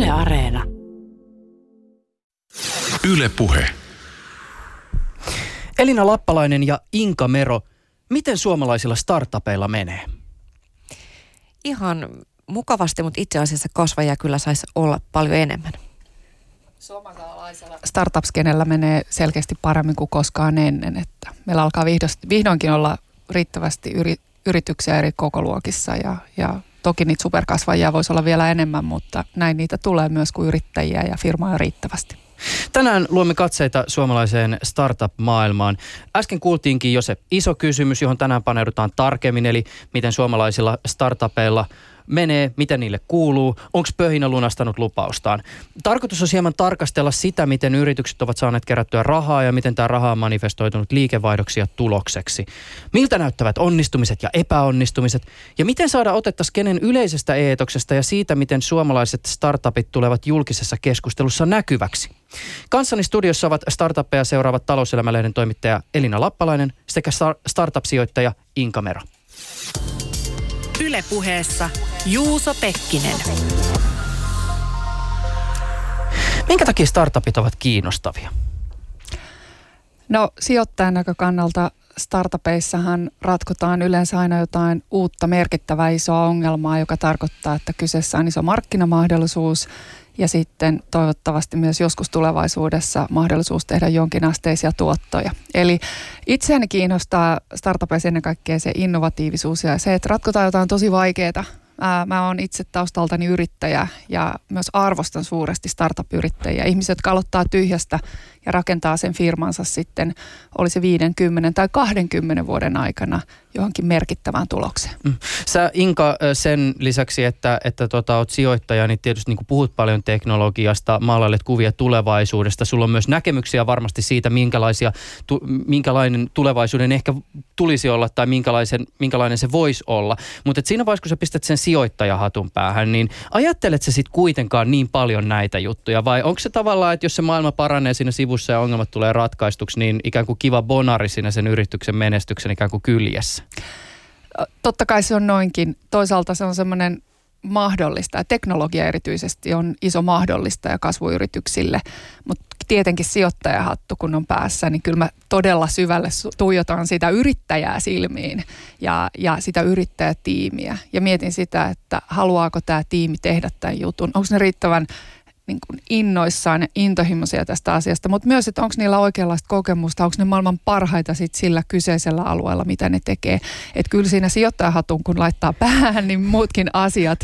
Yle Areena. Yle Puhe. Elina Lappalainen ja Inka Mero, miten suomalaisilla startupeilla menee? Ihan mukavasti, mutta itse asiassa kasvajia kyllä saisi olla paljon enemmän. Suomalaisella startup-skenellä menee selkeästi paremmin kuin koskaan ennen. Että meillä alkaa vihdoinkin olla riittävästi yrityksiä eri kokoluokissa ja toki niitä superkasvajia voisi olla vielä enemmän, mutta näin niitä tulee myös kuin yrittäjiä ja firmoja riittävästi. Tänään luomme katseita suomalaiseen startup-maailmaan. Äsken kuultiinkin jo se iso kysymys, johon tänään paneudutaan tarkemmin, eli miten suomalaisilla startupeilla menee, miten niille kuuluu, onko pöhinä lunastanut lupaustaan. Tarkoitus on hieman tarkastella sitä, miten yritykset ovat saaneet kerättyä rahaa ja miten tämä raha on manifestoitunut liikevaihdoksi ja tulokseksi. Miltä näyttävät onnistumiset ja epäonnistumiset ja miten saada otetta skenen yleisestä eetoksesta ja siitä, miten suomalaiset startupit tulevat julkisessa keskustelussa näkyväksi. Kanssani studiossa ovat startuppeja seuraavat Talouselämä-lehden toimittaja Elina Lappalainen sekä startup-sijoittaja Inka Mero. Yle Puheessa Juuso Pekkinen. Minkä takia startupit ovat kiinnostavia? No sijoittajan näkökannalta startupeissahan ratkotaan yleensä aina jotain uutta merkittävää isoa ongelmaa, joka tarkoittaa, että kyseessä on iso markkinamahdollisuus ja sitten toivottavasti myös joskus tulevaisuudessa mahdollisuus tehdä jonkinasteisia tuottoja. Eli itseäni kiinnostaa startupeissa ennen kaikkea se innovatiivisuus ja se, että ratkotaan jotain tosi vaikeaa. Mä oon itse taustaltani yrittäjä ja myös arvostan suuresti startup-yrittäjiä. Ihmiset, jotka aloittaa tyhjästä ja rakentaa sen firmansa sitten, oli se 50 tai 20 vuoden aikana johonkin merkittävään tulokseen. Sä Inka, sen lisäksi, että oot sijoittaja, niin tietysti niin puhut paljon teknologiasta, maalailet kuvia tulevaisuudesta. Sulla on myös näkemyksiä varmasti siitä, minkälainen tulevaisuuden ehkä tulisi olla tai minkälainen se voisi olla. Mutta siinä vaiheessa, kun sä pistät sen sijoittajahatun päähän, niin ajattelet sä sitten kuitenkaan niin paljon näitä juttuja? Vai onko se tavallaan, että jos se maailma paranee siinä sivussa ja ongelmat tulee ratkaistuksi, niin ikään kuin kiva bonari siinä sen yrityksen menestyksen ikään kuin kyljessä? Totta kai se on noinkin. Toisaalta se on semmoinen mahdollista ja teknologia erityisesti on iso mahdollistaja kasvuyrityksille, mutta tietenkin sijoittajahattu kun on päässä, niin kyllä mä todella syvälle tuijotan sitä yrittäjää silmiin ja sitä yrittäjätiimiä ja mietin sitä, että haluaako tämä tiimi tehdä tämän jutun, onko ne riittävän niin kuin innoissaan ja intohimoisia tästä asiasta, mutta myös, että onko niillä oikeanlaista kokemusta, onko ne maailman parhaita sit sillä kyseisellä alueella, mitä ne tekee. Että kyllä siinä sijoittajahatun, kun laittaa päähän, niin muutkin asiat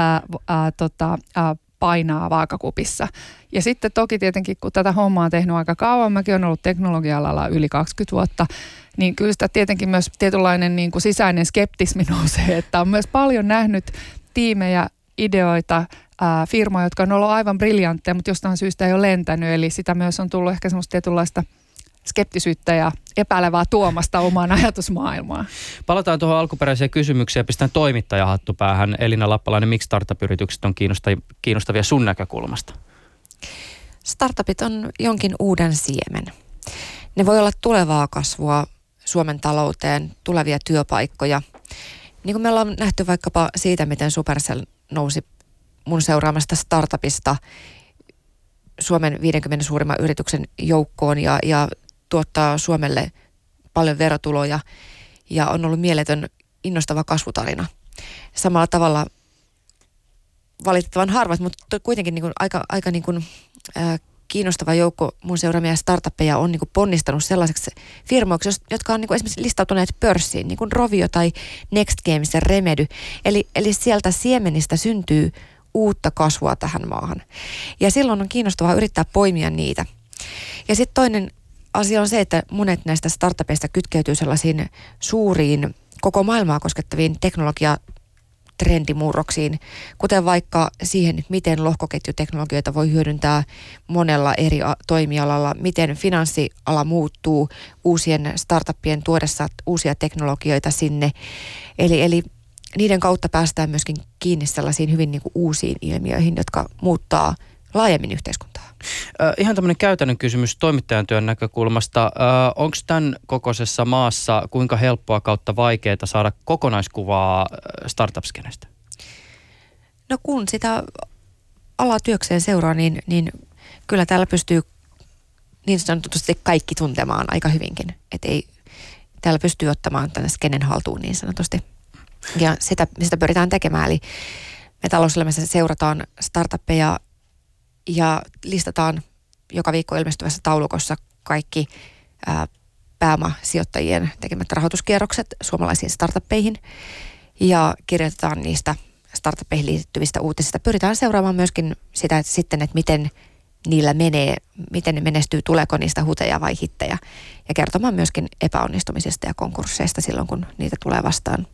painaa vaakakupissa. Ja sitten toki tietenkin, kun tätä hommaa on tehnyt aika kauan, mäkin olen ollut teknologia-alalla yli 20 vuotta, niin kyllä sitä tietenkin myös tietynlainen niin kuin sisäinen skeptismi nousee, että on myös paljon nähnyt tiimejä, ideoita, firmoja, jotka on ollut aivan briljantteja, mutta jostain syystä ei ole lentänyt. Eli sitä myös on tullut ehkä semmoista tietynlaista skeptisyyttä ja epäilevää tuomasta omaan ajatusmaailmaan. Palataan tuohon alkuperäiseen kysymykseen ja pistän toimittajahattu päähän. Elina Lappalainen, miksi startup-yritykset on kiinnostavia sun näkökulmasta? Startupit on jonkin uuden siemen. Ne voi olla tulevaa kasvua Suomen talouteen, tulevia työpaikkoja. Niin kuin me ollaan nähty vaikkapa siitä, miten Supercell nousi mun seuraamasta startupista Suomen 50 suurimman yrityksen joukkoon ja tuottaa Suomelle paljon verotuloja ja on ollut mieletön innostava kasvutarina. Samalla tavalla valitettavan harvat, mutta kuitenkin niin kuin aika niin kuin, kiinnostava joukko mun seuraamia startuppeja on niin kuin ponnistanut sellaiseksi firmoiksi, jotka on niin kuin esimerkiksi listautuneet pörssiin, niin kuin Rovio tai Next Games ja Remedy. Eli sieltä siemenistä syntyy uutta kasvua tähän maahan. Ja silloin on kiinnostavaa yrittää poimia niitä. Ja sitten toinen asia on se, että monet näistä startupeista kytkeytyy sellaisiin suuriin, koko maailmaa koskettaviin trendimurroksiin, kuten vaikka siihen, miten lohkoketjuteknologioita voi hyödyntää monella eri toimialalla, miten finanssiala muuttuu uusien startuppien tuodessa uusia teknologioita sinne. Eli niiden kautta päästään myöskin kiinni sellaisiin hyvin niin kuin uusiin ilmiöihin, jotka muuttaa laajemmin yhteiskuntaa. Ihan tämmöinen käytännön kysymys toimittajan työn näkökulmasta. Onko tämän kokoisessa maassa kuinka helppoa kautta vaikeaa saada kokonaiskuvaa startup-skenestä? No kun sitä alaa työkseen seuraa, niin kyllä täällä pystyy niin sanotusti kaikki tuntemaan aika hyvinkin. Että ei täällä pystyy ottamaan tänne skenen haltuun niin sanotusti. Ja sitä pyritään tekemään. Eli me Talouselämässä seurataan startuppeja ja listataan joka viikko ilmestyvässä taulukossa kaikki pääomasijoittajien tekemät rahoituskierrokset suomalaisiin startuppeihin. Ja kirjoitetaan niistä startuppeihin liittyvistä uutisista. Pyritään seuraamaan myöskin sitä, että miten niillä menee, miten ne menestyy, tuleeko niistä huteja vai hittejä. Ja kertomaan myöskin epäonnistumisista ja konkursseista silloin, kun niitä tulee vastaan.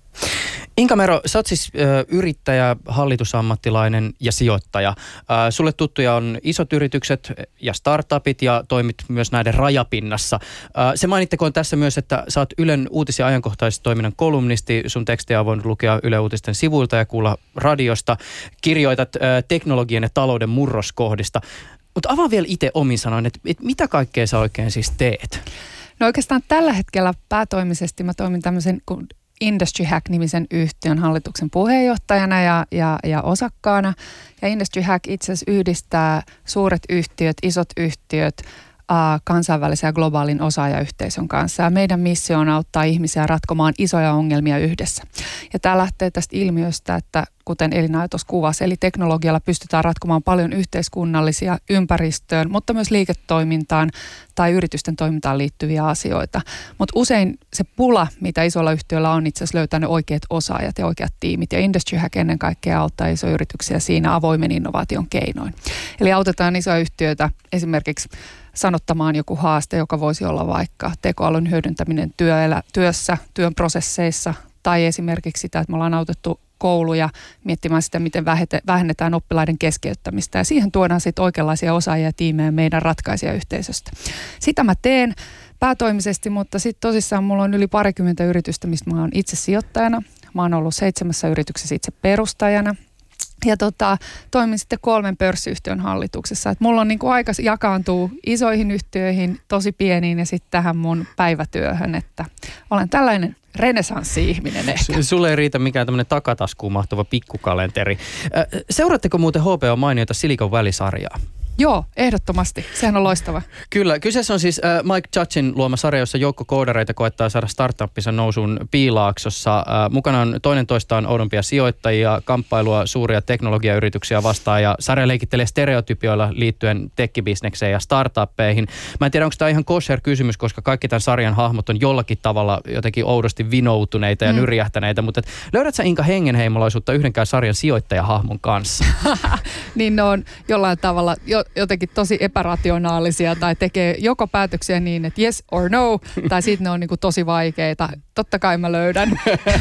Inka Mero, sä oot siis yrittäjä, hallitusammattilainen ja sijoittaja. Sulle tuttuja on isot yritykset ja startupit ja toimit myös näiden rajapinnassa. Se mainittakoon tässä myös, että sä oot Ylen uutis- ja ajankohtaistoiminnan kolumnisti. Sun tekstejä on voinut lukea Yle Uutisten sivuilta ja kuulla radiosta. Kirjoitat teknologian ja talouden murroskohdista. Mutta avaa vielä itse omin sanoin, että mitä kaikkea sä oikein siis teet? No oikeastaan tällä hetkellä päätoimisesti mä toimin tämmöisen kuin Industry Hack-nimisen yhtiön hallituksen puheenjohtajana ja osakkaana. Ja Industry Hack itse asiassa yhdistää suuret yhtiöt, isot yhtiöt kansainvälisen ja globaalin osaajayhteisön kanssa. Ja meidän missio on auttaa ihmisiä ratkomaan isoja ongelmia yhdessä. Ja tämä lähtee tästä ilmiöstä, että kuten Elina tuossa kuvasi, eli teknologialla pystytään ratkomaan paljon yhteiskunnallisia ympäristöön, mutta myös liiketoimintaan tai yritysten toimintaan liittyviä asioita. Mutta usein se pula, mitä isolla yhtiöllä on, itse asiassa löytää ne oikeat osaajat ja oikeat tiimit. Ja Industry Hack ennen kaikkea auttaa isoja yrityksiä siinä avoimen innovaation keinoin. Eli autetaan isoja yhtiöitä esimerkiksi sanottamaan joku haaste, joka voisi olla vaikka tekoälyn hyödyntäminen työssä, työn prosesseissa tai esimerkiksi sitä, että me ollaan autettu kouluja miettimään sitä, miten vähennetään oppilaiden keskeyttämistä. Ja siihen tuodaan sitten oikeanlaisia osaajia ja tiimejä meidän ratkaisijayhteisöstä. Sitä mä teen päätoimisesti, mutta sitten tosissaan mulla on yli 20 yritystä, mistä mä oon itse sijoittajana. Mä oon ollut 7 yrityksessä itse perustajana. Ja toimin sitten 3 pörssiyhtiön hallituksessa. Et mulla on niinku aika jakaantuu isoihin yhtiöihin, tosi pieniin ja sitten tähän mun päivätyöhön, että olen tällainen renesanssi-ihminen ehkä. Sulle ei riitä mikään tämmöinen takataskuun mahtuva pikkukalenteri. Seuraatteko muuten HBO mainioita Silicon Valley-sarjaa? Joo, ehdottomasti. Sehän on loistava. Kyllä. Kyseessä on siis Mike Judgein luoma sarja, jossa joukko koodareita koettaa saada startuppinsa nousuun Piilaaksossa. Mukana on toinen toistaan oudompia sijoittajia, kamppailua suuria teknologiayrityksiä vastaan ja sarja leikittelee stereotypioilla liittyen tekkibisnekseen ja startuppeihin. Mä en tiedä, onko tämä ihan kosher kysymys, koska kaikki tämän sarjan hahmot on jollakin tavalla jotenkin oudosti vinoutuneita ja nyrjähtäneitä, mutta löydät sä Inka hengenheimolaisuutta yhdenkään sarjan sijoittajahahmon kanssa? Niin ne on jollain tavalla jotenkin tosi epärationaalisia tai tekee joko päätöksiä niin, että yes or no, tai sitten ne on niinku tosi vaikeita. Totta kai mä löydän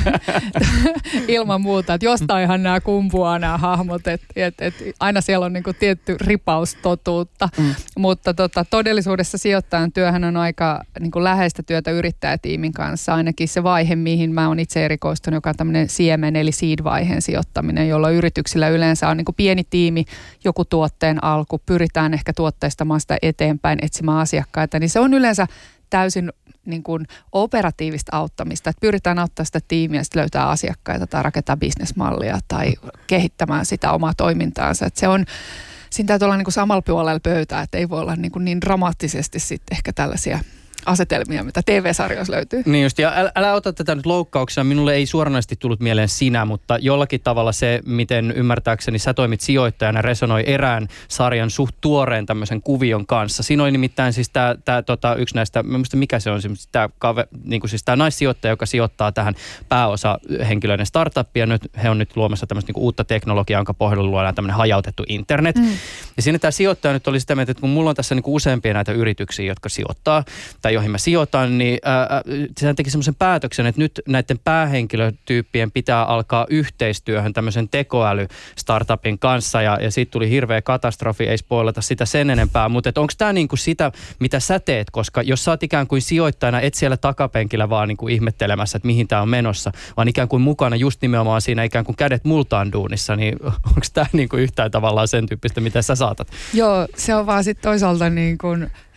ilman muuta, että jostainhan nämä kumpuaa nämä hahmot, että aina siellä on niinku tietty ripaus totuutta. Mutta todellisuudessa sijoittajan työhän on aika niinku läheistä työtä yrittäjätiimin kanssa, ainakin se vaihe, mihin mä oon itse erikoistunut, joka on tämmöinen siemen eli seed-vaiheen sijoittaminen, jolloin yrityksillä yleensä on niinku pieni tiimi, joku tuotteen alku, pyritään ehkä tuotteistamaan sitä eteenpäin, etsimään asiakkaita, niin se on yleensä täysin niin kuin operatiivista auttamista, että pyritään auttaa sitä tiimiä ja sitten löytää asiakkaita tai rakentaa bisnesmallia tai kehittämään sitä omaa toimintaansa. Että se on, siinä täytyy olla niin kuin samalla puolella pöytää, että ei voi olla niin dramaattisesti sitten ehkä tällaisia asetelmia, mitä TV-sarjoissa löytyy. Niin just, ja älä ota tätä nyt loukkauksena. Minulle ei suoranaisesti tullut mieleen sinä, mutta jollakin tavalla se, miten ymmärtääkseni sä toimit sijoittajana, resonoi erään sarjan suht tuoreen tämmöisen kuvion kanssa. Siinä oli nimittäin siis tämä yksi näistä, mä muistan mikä se on, tämä naissijoittaja, joka sijoittaa tähän pääosahenkilöiden startuppia. Nyt he on nyt luomassa tämmöistä niinku uutta teknologiaa, jonka pohjalla luodaan tämmöinen hajautettu internet. Ja siinä tämä sijoittaja nyt oli sitä mieltä, että kun mulla on tässä niinku useampia näitä yrityksiä, jotka sijoittaa, tai joihin mä sijoitan, niin sehän teki semmoisen päätöksen, että nyt näiden päähenkilötyyppien pitää alkaa yhteistyöhön tämmöisen tekoäly-startupin kanssa, ja siitä tuli hirveä katastrofi, ei spoilata sitä sen enempää, mutta onko tämä niinku sitä, mitä sä teet, koska jos sä oot ikään kuin sijoittajana, et siellä takapenkillä vaan niinku ihmettelemässä, että mihin tämä on menossa, vaan ikään kuin mukana just nimenomaan siinä ikään kuin kädet multaan duunissa, niin onko tämä niinku yhtään tavallaan sen tyyppistä, mitä sä saatat? Joo, se on vaan sitten toisaalta niin kuin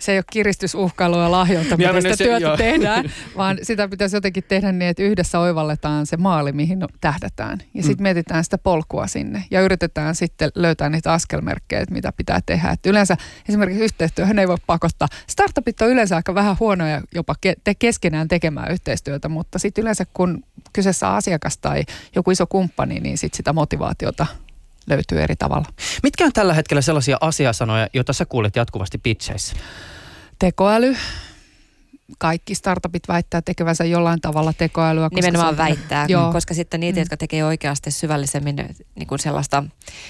se ei ole kiristysuhkailu ja lahjonta, mitä sitä työtä tehdään, vaan sitä pitäisi jotenkin tehdä niin, että yhdessä oivalletaan se maali, mihin tähdätään. Ja sitten mietitään sitä polkua sinne ja yritetään sitten löytää niitä askelmerkkejä, mitä pitää tehdä. Et yleensä esimerkiksi yhteistyöhön ei voi pakottaa. Startupit on yleensä aika vähän huonoja jopa keskenään tekemään yhteistyötä, mutta sitten yleensä kun kyseessä on asiakas tai joku iso kumppani, niin sitten sitä motivaatiota löytyy eri tavalla. Mitkä on tällä hetkellä sellaisia asiasanoja, joita sä kuulet jatkuvasti pitcheissä? Tekoäly. Kaikki startupit väittää tekevänsä jollain tavalla tekoälyä. Nimenomaan väittää, koska sitten niitä, jotka tekee oikeasti syvällisemmin niin kuin sellaista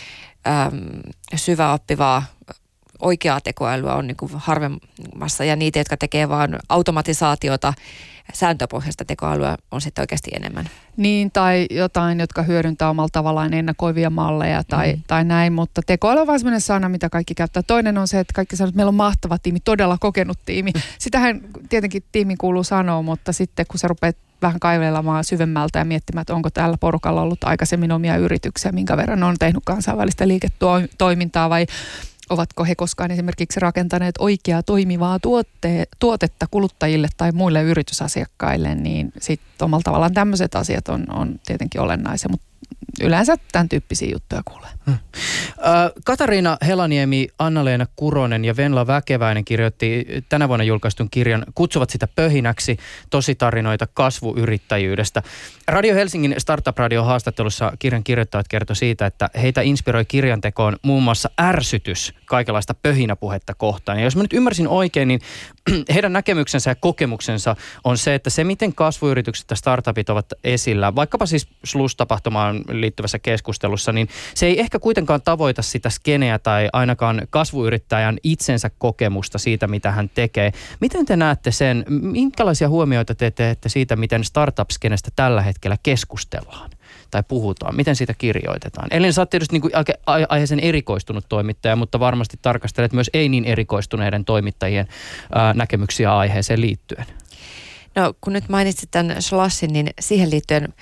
syväoppivaa oikeaa tekoälyä on niin kuin harvemmassa ja niitä, jotka tekee vaan automatisaatiota, sääntöpohjaista tekoälyä on sitten oikeasti enemmän. Niin, tai jotain, jotka hyödyntää omalla tavallaan ennakoivia malleja tai näin, mutta tekoäly on vaan sellainen sana, mitä kaikki käyttää. Toinen on se, että kaikki sanoo, että meillä on mahtava tiimi, todella kokenut tiimi. Sitähän tietenkin tiimin kuuluu sanoa, mutta sitten kun sä rupeat vähän kaivelemaan syvemmältä ja miettimään, että onko tällä porukalla ollut aikaisemmin omia yrityksiä, minkä verran on tehnyt kansainvälistä liiketoimintaa vai ovatko he koskaan esimerkiksi rakentaneet oikeaa toimivaa tuotetta kuluttajille tai muille yritysasiakkaille, niin sitten omalla tavallaan tämmöiset asiat on tietenkin olennaisia, mutta yleensä tämän tyyppisiä juttuja kuulee. Katariina Helaniemi, Anna-Leena Kuronen ja Venla Väkeväinen kirjoitti tänä vuonna julkaistun kirjan, kutsuvat sitä pöhinäksi, tositarinoita kasvuyrittäjyydestä. Radio Helsingin Startup-radion haastattelussa kirjan kirjoittajat kertoi siitä, että heitä inspiroi kirjan tekoon muun muassa ärsytys kaikenlaista pöhinäpuhetta kohtaan. Ja jos mä nyt ymmärsin oikein, niin heidän näkemyksensä ja kokemuksensa on se, että se miten kasvuyritykset ja startupit ovat esillä, vaikkapa siis SLUS-tapahtumaan liittyvässä keskustelussa, niin se ei ehkä kuitenkaan tavoita sitä skeneä tai ainakaan kasvuyrittäjän itsensä kokemusta siitä, mitä hän tekee. Miten te näette sen, minkälaisia huomioita te teette siitä, miten startup-skenestä tällä hetkellä keskustellaan tai puhutaan? Miten siitä kirjoitetaan? Elina, sä oot tietysti niin aiheeseen erikoistunut toimittaja, mutta varmasti tarkastelet myös ei niin erikoistuneiden toimittajien näkemyksiä aiheeseen liittyen. No kun nyt mainitsit tämän Slashin, niin siihen liittyen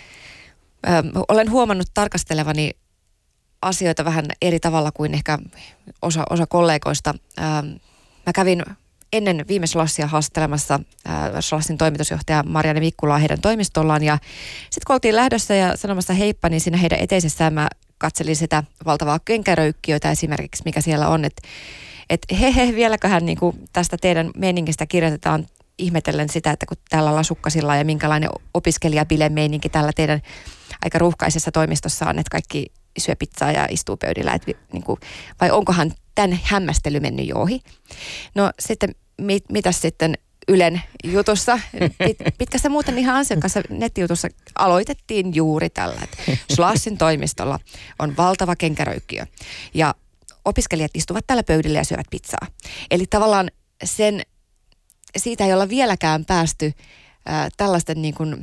olen huomannut tarkastelevani asioita vähän eri tavalla kuin ehkä osa kollegoista. Mä kävin ennen viime Slashia haastattelemassa Slashin toimitusjohtaja Marianne Mikkulaa heidän toimistollaan ja sitten kun oltiin lähdössä ja sanomassa heippa, niin siinä heidän eteisessään mä katselin sitä valtavaa kenkäröykkiötä esimerkiksi, mikä siellä on, että vieläköhän niin kuin tästä teidän meningistä kirjoitetaan ihmetellen sitä, että kun täällä lasukkasilla ja minkälainen opiskelijabilemeininki tällä teidän aika ruuhkaisessa toimistossa on, että kaikki syö pizzaa ja istuu pöydillä, että niin kuin, vai onkohan tämän hämmästely mennyt jo ohi? No sitten, mitäs sitten Ylen jutussa, pitkässä muuten ihan ansiokkaassa nettijutussa aloitettiin juuri tällä, että Slashin toimistolla on valtava kenkäröykkiö ja opiskelijat istuvat tällä pöydillä ja syövät pizzaa. Eli tavallaan siitä ei olla vieläkään tällaisten niin kuin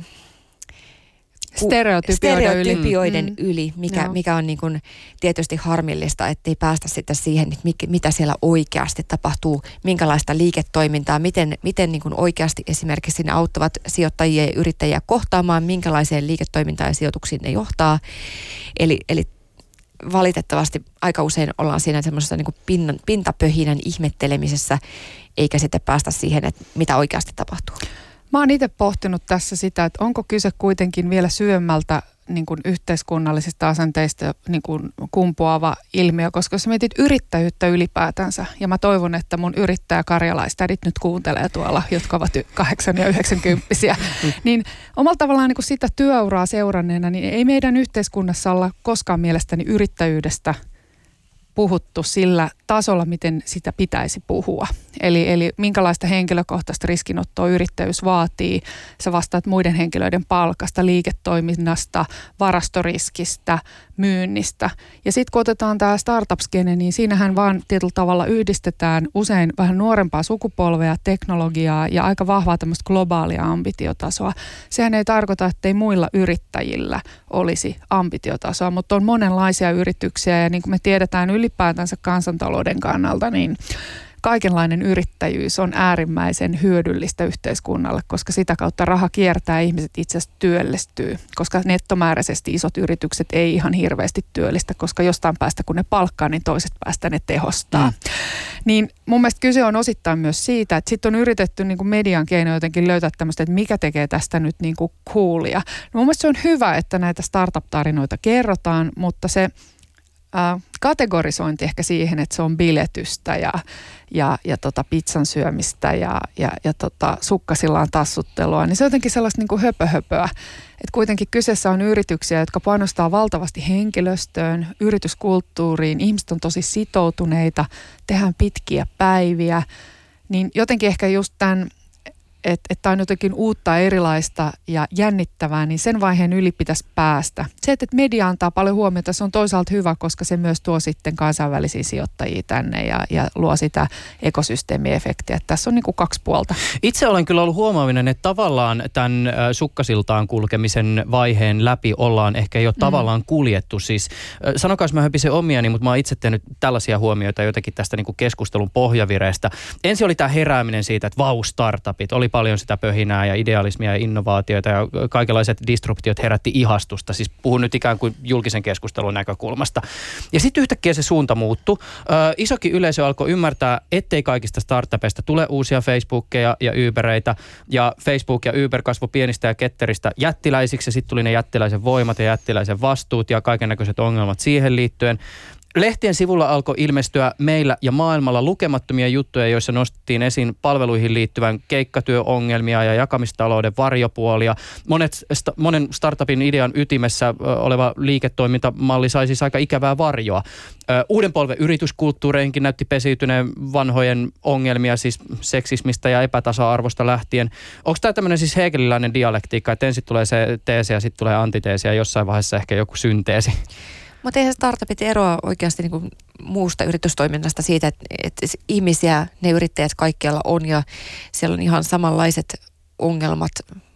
stereotypioiden yli, mikä on niin kuin tietysti harmillista, ettei päästä sitten siihen, että mitä siellä oikeasti tapahtuu, minkälaista liiketoimintaa, miten niin kuin oikeasti esimerkiksi ne auttavat sijoittajia ja yrittäjiä kohtaamaan, minkälaiseen liiketoimintaan ja sijoituksiin ne johtaa. Eli valitettavasti aika usein ollaan siinä semmoisessa niin kuin pintapöhinän ihmettelemisessä, eikä sitten päästä siihen, että mitä oikeasti tapahtuu. Mä oon itse pohtinut tässä sitä, että onko kyse kuitenkin vielä syvemmältä niin kuin yhteiskunnallisista asenteista niin kuin kumpuava ilmiö, koska jos mietit yrittäjyyttä ylipäätänsä, ja mä toivon, että mun yrittäjäkarjalaistädit nyt kuuntelee tuolla, jotka ovat 8- ja 90-vuotiaita, niin omalla tavallaan niin kuin sitä työuraa seuranneena, niin ei meidän yhteiskunnassa olla koskaan mielestäni yrittäjyydestä puhuttu sillä tasolla, miten sitä pitäisi puhua. Eli minkälaista henkilökohtaista riskinottoa yrittäjyys vaatii. Sä vastaat muiden henkilöiden palkasta, liiketoiminnasta, varastoriskistä, myynnistä. Ja sitten kun otetaan tämä startup-skene, niin siinähän vaan tietyllä tavalla yhdistetään usein vähän nuorempaa sukupolvea, teknologiaa ja aika vahvaa tämmöistä globaalia ambitiotasoa. Sehän ei tarkoita, että ei muilla yrittäjillä olisi ambitiotasoa, mutta on monenlaisia yrityksiä ja niin kuin me tiedetään ylipäätänsä kansantalouden kannalta, niin kaikenlainen yrittäjyys on äärimmäisen hyödyllistä yhteiskunnalle, koska sitä kautta raha kiertää ja ihmiset itse asiassa työllistyy, koska nettomääräisesti isot yritykset ei ihan hirveästi työllistä, koska jostain päästä kun ne palkkaa, niin toiset päästä ne tehostaa. Niin mun mielestä kyse on osittain myös siitä, että sitten on yritetty niin kuin median keinoin jotenkin löytää tämmöistä, että mikä tekee tästä nyt niin kuin coolia. No mun mielestä se on hyvä, että näitä startup-tarinoita kerrotaan, mutta se kategorisointi ehkä siihen, että se on biletystä ja pizzan syömistä ja sukkasillaan tassuttelua, niin se on jotenkin sellaista niin kuin höpöhöpöä. Että kuitenkin kyseessä on yrityksiä, jotka panostaa valtavasti henkilöstöön, yrityskulttuuriin, ihmiset on tosi sitoutuneita, tehdään pitkiä päiviä, niin jotenkin ehkä just tämän, että on jotenkin uutta, erilaista ja jännittävää, niin sen vaiheen yli pitäisi päästä. Se, että media antaa paljon huomiota, se on toisaalta hyvä, koska se myös tuo sitten kansainvälisiä sijoittajia tänne ja luo sitä ekosysteemiefektiä. Että tässä on niin kuin kaksi puolta. Itse olen kyllä ollut huomaavinen, että tavallaan tämän sukkasiltaan kulkemisen vaiheen läpi ollaan ehkä jo tavallaan kuljettu. Siis sanokaa, jos mä höpisen omiani, mutta mä oon itse tehnyt tällaisia huomioita jotenkin tästä niin kuin keskustelun pohjavireestä. Ensin oli tämä herääminen siitä, että vau, startupit, oli paljon sitä pöhinää ja idealismia ja innovaatioita ja kaikenlaiset disruptiot herätti ihastusta. Siis puhun nyt ikään kuin julkisen keskustelun näkökulmasta. Ja sitten yhtäkkiä se suunta muuttui. Isokin yleisö alkoi ymmärtää, ettei kaikista startupeista tule uusia Facebookeja ja Ubereita. Ja Facebook ja Uber kasvoi pienistä ja ketteristä jättiläisiksi ja sitten tuli ne jättiläisen voimat ja jättiläisen vastuut ja kaikennäköiset ongelmat siihen liittyen. Lehtien sivulla alkoi ilmestyä meillä ja maailmalla lukemattomia juttuja, joissa nostettiin esiin palveluihin liittyvän keikkatyöongelmia ja jakamistalouden varjopuolia. Monen startupin idean ytimessä oleva liiketoimintamalli sai siis aika ikävää varjoa. Uuden polven yrityskulttuureinkin näytti pesiytyneen vanhojen ongelmia, siis seksismistä ja epätasa-arvosta lähtien. Onko tämä tämmöinen siis hegeliläinen dialektiikka, että ensin tulee se teesi ja sitten tulee antiteesi ja jossain vaiheessa ehkä joku synteesi? Mutta eihän startupit eroa oikeasti niin kuin muusta yritystoiminnasta siitä, että ihmisiä, ne yrittäjät kaikkialla on ja siellä on ihan samanlaiset ongelmat.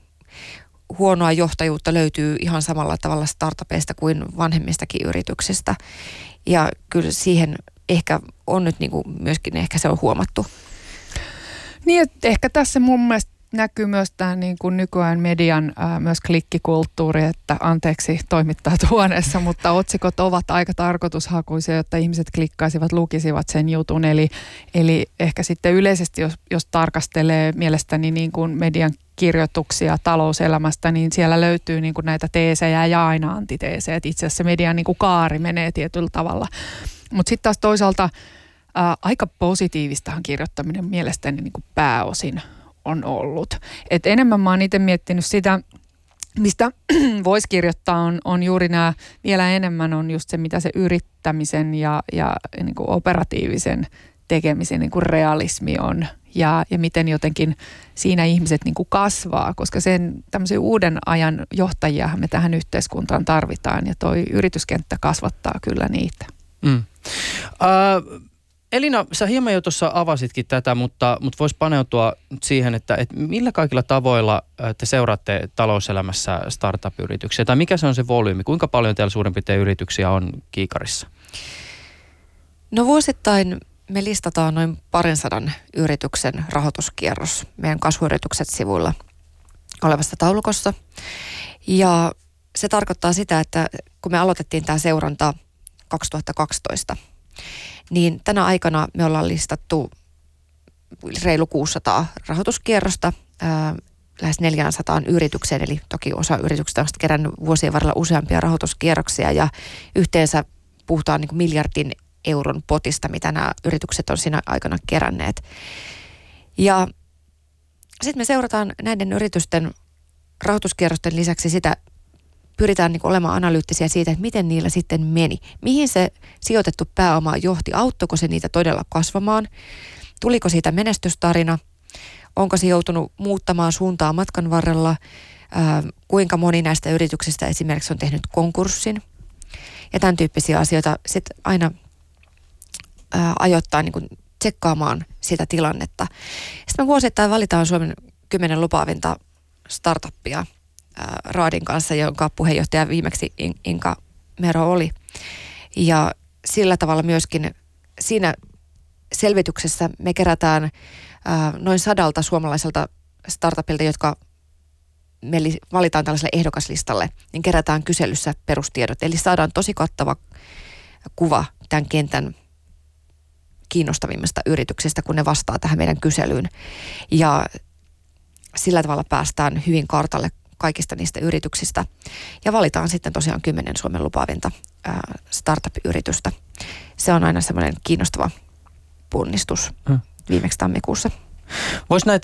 Huonoa johtajuutta löytyy ihan samalla tavalla startupeista kuin vanhemmistakin yrityksistä. Ja kyllä siihen ehkä on nyt niin kuin myöskin ehkä se on huomattu. Niin, että ehkä tässä mun mielestä näkyy myös tämä niin kuin nykyään median myös klikkikulttuuri, että anteeksi toimittajat huoneessa, mutta otsikot ovat aika tarkoitushakuisia, jotta ihmiset klikkaisivat, lukisivat sen jutun. Eli ehkä sitten yleisesti, jos tarkastelee mielestäni niin kuin median kirjoituksia talouselämästä, niin siellä löytyy niin kuin näitä teesejä ja aina antiteesejä. Itse asiassa median niin kuin kaari menee tietyllä tavalla. Mutta sitten taas toisaalta aika positiivistahan kirjoittaminen mielestäni niin kuin pääosin on ollut. Et enemmän mä oon itse miettinyt sitä, mistä voisi kirjoittaa, on juuri nämä, vielä enemmän on just se, mitä se yrittämisen ja niin kuin operatiivisen tekemisen niin kuin realismi on ja miten jotenkin siinä ihmiset niin kuin kasvaa, koska sen tämmöisen uuden ajan johtajiahan me tähän yhteiskuntaan tarvitaan ja toi yrityskenttä kasvattaa kyllä niitä. Elina, sä hieman jo tuossa avasitkin tätä, mutta voisi paneutua siihen, että millä kaikilla tavoilla te seuraatte talouselämässä startup-yrityksiä, tai mikä se on se volyymi? Kuinka paljon teillä suurin piirtein yrityksiä on kiikarissa? No vuosittain me listataan noin 200 yrityksen rahoituskierros meidän kasvuyritykset sivuilla olevassa taulukossa. Ja se tarkoittaa sitä, että kun me aloitettiin tämä seuranta 2012, niin tänä aikana me ollaan listattu reilu 600 rahoituskierrosta lähes 400 yritykseen, eli toki osa yrityksistä on kerännyt vuosien varrella useampia rahoituskierroksia ja yhteensä puhutaan niin kuin miljardin euron potista, mitä nämä yritykset on siinä aikana keränneet. Ja sitten me seurataan näiden yritysten rahoituskierrosten lisäksi sitä, pyritään niin kuin olemaan analyyttisiä siitä, että miten niillä sitten meni. Mihin se sijoitettu pääoma johti? Auttoiko se niitä todella kasvamaan? Tuliko siitä menestystarina? Onko se joutunut muuttamaan suuntaa matkan varrella? Kuinka moni näistä yrityksistä esimerkiksi on tehnyt konkurssin? Ja tämän tyyppisiä asioita sitten aina ajoittaa niin kuin tsekkaamaan sitä tilannetta. Sitten me vuosittain valitaan Suomen 10 lupaavinta startuppia Raadin kanssa, jonka puheenjohtaja viimeksi Inka Mero oli. Ja sillä tavalla myöskin siinä selvityksessä me kerätään noin 100 suomalaiselta startupilta, jotka me valitaan tällaiselle ehdokaslistalle, niin kerätään kyselyssä perustiedot. Eli saadaan tosi kattava kuva tämän kentän kiinnostavimmista yrityksistä, kun ne vastaa tähän meidän kyselyyn. Ja sillä tavalla päästään hyvin kartalle kaikista niistä yrityksistä. Ja valitaan sitten tosiaan 10 Suomen lupaavinta startup-yritystä. Se on aina semmoinen kiinnostava ponnistus viimeksi tammikuussa. Voisi näitä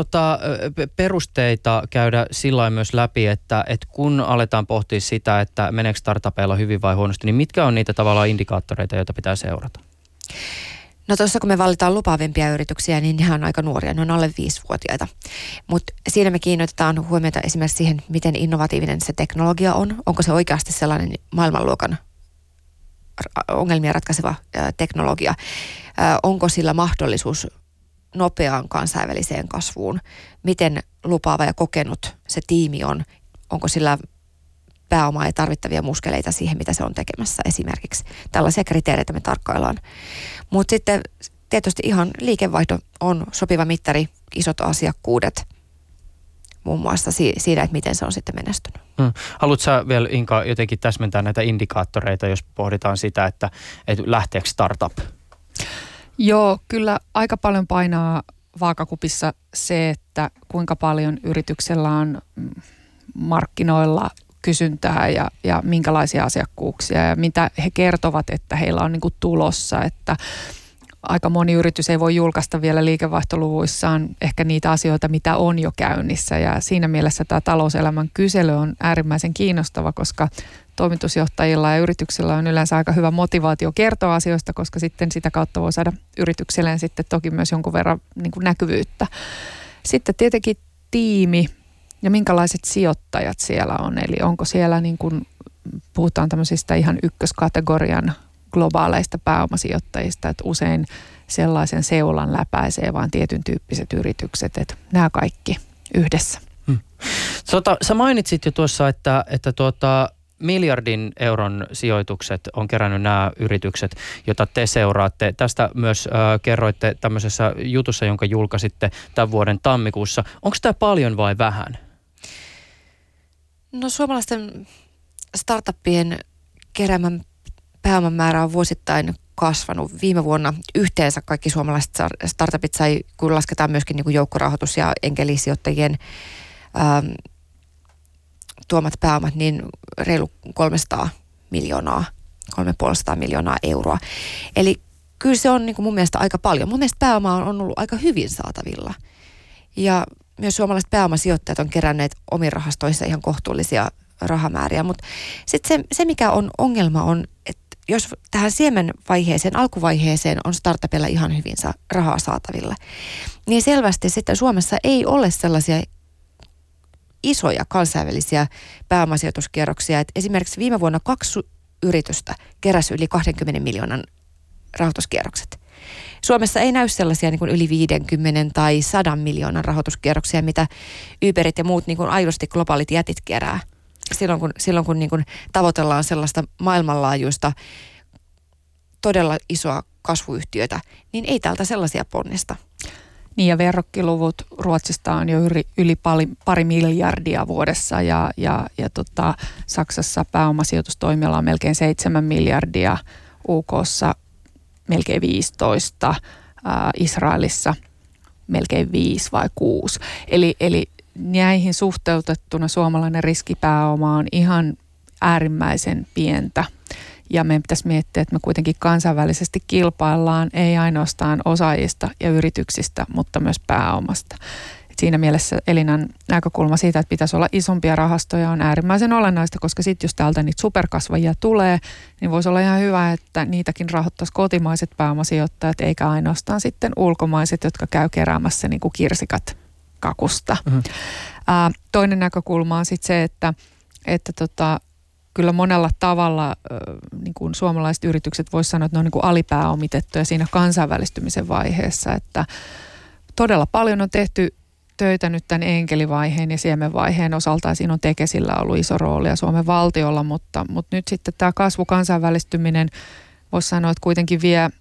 perusteita käydä sillä myös läpi, että kun aletaan pohtia sitä, että meneekö startupeilla hyvin vai huonosti, niin mitkä on niitä tavallaan indikaattoreita, joita pitää seurata? No tuossa kun me valitaan lupaavimpia yrityksiä, niin nehän on aika nuoria, ne on alle 5-vuotiaita. Mutta siinä me kiinnitetään huomiota esimerkiksi siihen, miten innovatiivinen se teknologia on. Onko se oikeasti sellainen maailmanluokan ongelmia ratkaiseva teknologia? Onko sillä mahdollisuus nopeaan kansainväliseen kasvuun? Miten lupaava ja kokenut se tiimi on? Onko sillä pääomaa ja tarvittavia muskeleita siihen, mitä se on tekemässä esimerkiksi? Tällaisia kriteereitä me tarkkaillaan. Mutta sitten tietysti ihan liikevaihto on sopiva mittari, isot asiakkuudet, muun muassa siinä, että miten se on sitten menestynyt. Haluatko sä vielä, Inka, jotenkin täsmentää näitä indikaattoreita, jos pohditaan sitä, että lähteekö startup? Joo, kyllä aika paljon painaa vaakakupissa se, että kuinka paljon yrityksellä on markkinoilla kysyntää ja minkälaisia asiakkuuksia ja mitä he kertovat, että heillä on niin kuin tulossa, että aika moni yritys ei voi julkaista vielä liikevaihtoluvuissaan ehkä niitä asioita, mitä on jo käynnissä, ja siinä mielessä tämä talouselämän kysely on äärimmäisen kiinnostava, koska toimitusjohtajilla ja yrityksillä on yleensä aika hyvä motivaatio kertoa asioista, koska sitten sitä kautta voi saada yritykselleen sitten toki myös jonkun verran niin kuin näkyvyyttä. Sitten tietenkin tiimi ja minkälaiset sijoittajat siellä on, eli onko siellä niin kuin puhutaan tämmöisistä ihan ykköskategorian globaaleista pääomasijoittajista, että usein sellaisen seulan läpäisee vain tietyn tyyppiset yritykset, että nämä kaikki yhdessä. Sä mainitsit jo tuossa, että miljardin euron sijoitukset on kerännyt nämä yritykset, joita te seuraatte. Tästä myös kerroitte tämmöisessä jutussa, jonka julkaisitte tämän vuoden tammikuussa. Onko tämä paljon vai vähän? No suomalaisten startuppien keräämän pääoman määrä on vuosittain kasvanut. Viime vuonna yhteensä kaikki suomalaiset startupit sai, kun lasketaan myöskin niin kuin joukkorahoitus ja enkelisijoittajien tuomat pääomat, niin reilu 300 miljoonaa euroa. Eli kyllä se on niin kuin mun mielestä aika paljon. Mun mielestä pääoma on ollut aika hyvin saatavilla. Ja myös suomalaiset pääomasijoittajat on keränneet omiin rahastoissa ihan kohtuullisia rahamääriä. Mutta sitten se, mikä on ongelma on, että jos tähän siemenvaiheeseen, alkuvaiheeseen on startupilla ihan hyvin rahaa saatavilla, niin selvästi sitten Suomessa ei ole sellaisia isoja kansainvälisiä pääomasijoituskierroksia. Et esimerkiksi viime vuonna 2 yritystä keräsi yli 20 miljoonan rahoituskierrokset. Suomessa ei näy sellaisia niin kuin yli 50 tai 100 miljoonan rahoituskierroksia, mitä Uberit ja muut niin kuin aidosti globaalit jätit kerää. Silloin kun niin kuin tavoitellaan sellaista maailmanlaajuista todella isoa kasvuyhtiötä, niin ei täältä sellaisia ponnista. Niin ja verrokkiluvut Ruotsista on jo yli pari miljardia vuodessa ja Saksassa pääomasijoitustoimilla on melkein 7 miljardia, UK:ssa melkein 15, Israelissa melkein 5 vai 6. Eli näihin suhteutettuna suomalainen riskipääoma on ihan äärimmäisen pientä. Ja meidän pitäisi miettiä, että me kuitenkin kansainvälisesti kilpaillaan ei ainoastaan osaajista ja yrityksistä, mutta myös pääomasta. Et siinä mielessä Elinan näkökulma siitä, että pitäisi olla isompia rahastoja on äärimmäisen olennaista, koska sitten jos täältä niitä superkasvajia tulee, niin voisi olla ihan hyvä, että niitäkin rahoittaisi kotimaiset pääomasijoittajat, eikä ainoastaan sitten ulkomaiset, jotka käy keräämässä niin kuin kirsikat kakusta. Mm-hmm. Toinen näkökulma on sitten se, että kyllä monella tavalla niin kuin suomalaiset yritykset voisi sanoa, että ne on niin kuin alipääomitettuja siinä kansainvälistymisen vaiheessa, että todella paljon on tehty töitä nyt tämän enkelivaiheen ja siemenvaiheen osalta, ja siinä on Tekesillä ollut iso rooli ja Suomen valtiolla, mutta nyt sitten tämä kasvu kansainvälistyminen voisi sanoa, että kuitenkin vie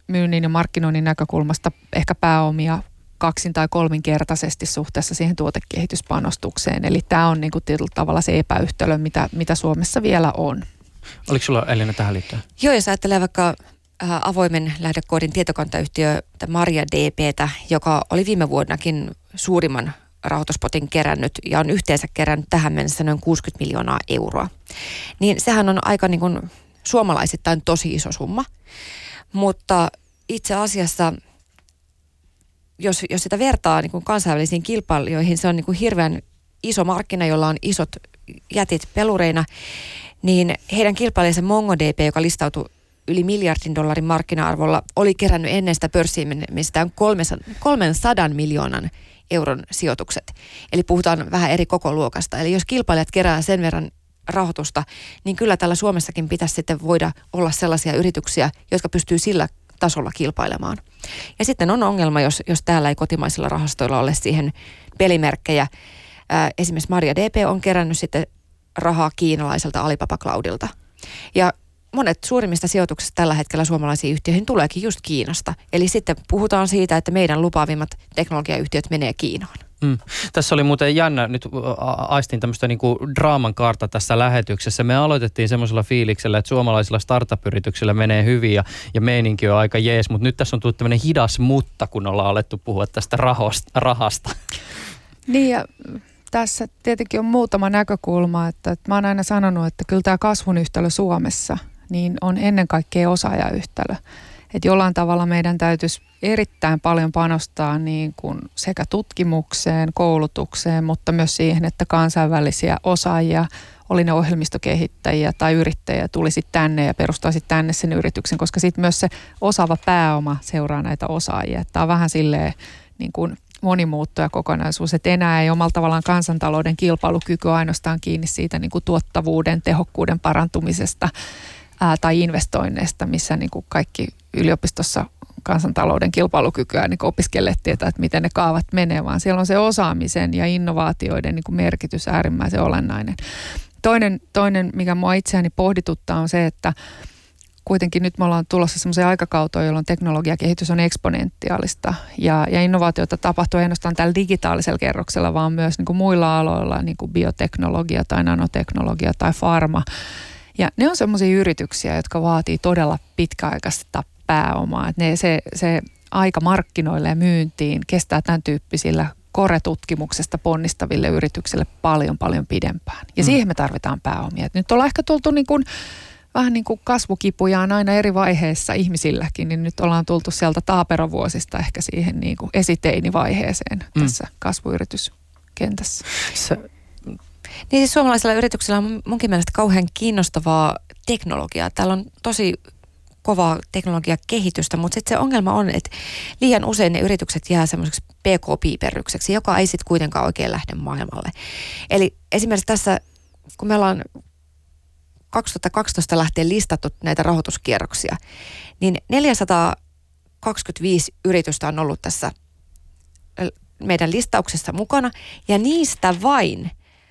myynnin ja markkinoinnin näkökulmasta ehkä pääomia 2- tai 3-kertaisesti suhteessa siihen tuotekehityspanostukseen. Eli tämä on niin kuin tietyllä tavalla se epäyhtälö, mitä Suomessa vielä on. Oliko sulla, Elina, tähän liittyen? Joo, jos ajattelee vaikka avoimen lähdekoodin tietokantayhtiö MariaDB:tä, joka oli viime vuonnakin suurimman rahoituspotin kerännyt ja on yhteensä kerännyt tähän mennessä noin 60 miljoonaa euroa. Niin sehän on aika niin kuin suomalaisittain tosi iso summa, mutta itse asiassa jos sitä vertaa niin kuin kansainvälisiin kilpailijoihin, se on niin kuin hirveän iso markkina, jolla on isot jätit pelureina, niin heidän kilpailijansa MongoDB, joka listautui yli $1 miljardin markkina-arvolla, oli kerännyt ennen sitä pörssiin mistään 300 miljoonan euron sijoitukset. Eli puhutaan vähän eri kokoluokasta. Eli jos kilpailijat kerää sen verran rahoitusta, niin kyllä täällä Suomessakin pitäisi sitten voida olla sellaisia yrityksiä, jotka pystyy sillä tasolla kilpailemaan. Ja sitten on ongelma, jos täällä ei kotimaisilla rahastoilla ole siihen pelimerkkejä. Esimerkiksi MariaDB on kerännyt sitten rahaa kiinalaiselta Alibaba Cloudilta. Ja monet suurimmista sijoituksista tällä hetkellä suomalaisiin yhtiöihin tuleekin just Kiinasta. Eli sitten puhutaan siitä, että meidän lupaavimmat teknologiayhtiöt menee Kiinaan. Tässä oli muuten jännä, nyt aistin tämmöistä niinku draaman kaarta tässä lähetyksessä. Me aloitettiin semmoisella fiiliksellä, että suomalaisilla startup-yrityksillä menee hyvin ja meininki on aika jees, mutta nyt tässä on tullut tämmöinen hidas mutta, kun ollaan alettu puhua tästä rahasta. Niin ja tässä tietenkin on muutama näkökulma, että mä oon aina sanonut, että kyllä tämä kasvun yhtälö Suomessa niin on ennen kaikkea osaajayhtälö. Että jollain tavalla meidän täytyisi erittäin paljon panostaa niin kuin sekä tutkimukseen, koulutukseen, mutta myös siihen, että kansainvälisiä osaajia, oli ne ohjelmistokehittäjiä tai yrittäjiä, tulisi tänne ja perustaisi tänne sen yrityksen, koska sitten myös se osaava pääoma seuraa näitä osaajia. Tämä on vähän silleen niin kuin monimuuttuja kokonaisuus, että enää ei omalla tavallaan kansantalouden kilpailukyky ainoastaan kiinni siitä niin kuin tuottavuuden, tehokkuuden parantumisesta tai investoinneista, missä niin kuin kaikki yliopistossa kansantalouden kilpailukykyä niin opiskelijat tietää, että miten ne kaavat menee, vaan siellä on se osaamisen ja innovaatioiden niin kuin merkitys äärimmäisen olennainen. Toinen, mikä mua itseäni pohdituttaa, on se, että kuitenkin nyt me ollaan tulossa semmoiseen aikakauteen, jolloin teknologiakehitys on eksponentiaalista ja innovaatioita tapahtuu ei ainoastaan tällä digitaalisella kerroksella, vaan myös niin kuin muilla aloilla, niin kuin bioteknologia tai nanoteknologia tai farma. Ja ne on semmoisia yrityksiä, jotka vaatii todella pitkäaikaista pääomaa. Että se aika markkinoille ja myyntiin kestää tämän tyyppisillä core-tutkimuksesta ponnistaville yrityksille paljon pidempään. Ja siihen me tarvitaan pääomia. Et nyt ollaan ehkä tultu niin kuin, vähän niin kuin kasvukipujaan aina eri vaiheissa ihmisilläkin, niin nyt ollaan tultu sieltä taaperovuosista ehkä siihen niin kuin esiteinivaiheeseen tässä kasvuyrityskentässä. Niin siis suomalaisilla yrityksillä on munkin mielestä kauhean kiinnostavaa teknologiaa. Täällä on tosi kovaa teknologiakehitystä, mutta sitten se ongelma on, että liian usein ne yritykset jää semmoiseksi PK-piiperrykseksi, joka ei sitten kuitenkaan oikein lähde maailmalle. Eli esimerkiksi tässä, kun me ollaan 2012 lähtien listattu näitä rahoituskierroksia, niin 425 yritystä on ollut tässä meidän listauksessa mukana, ja niistä vain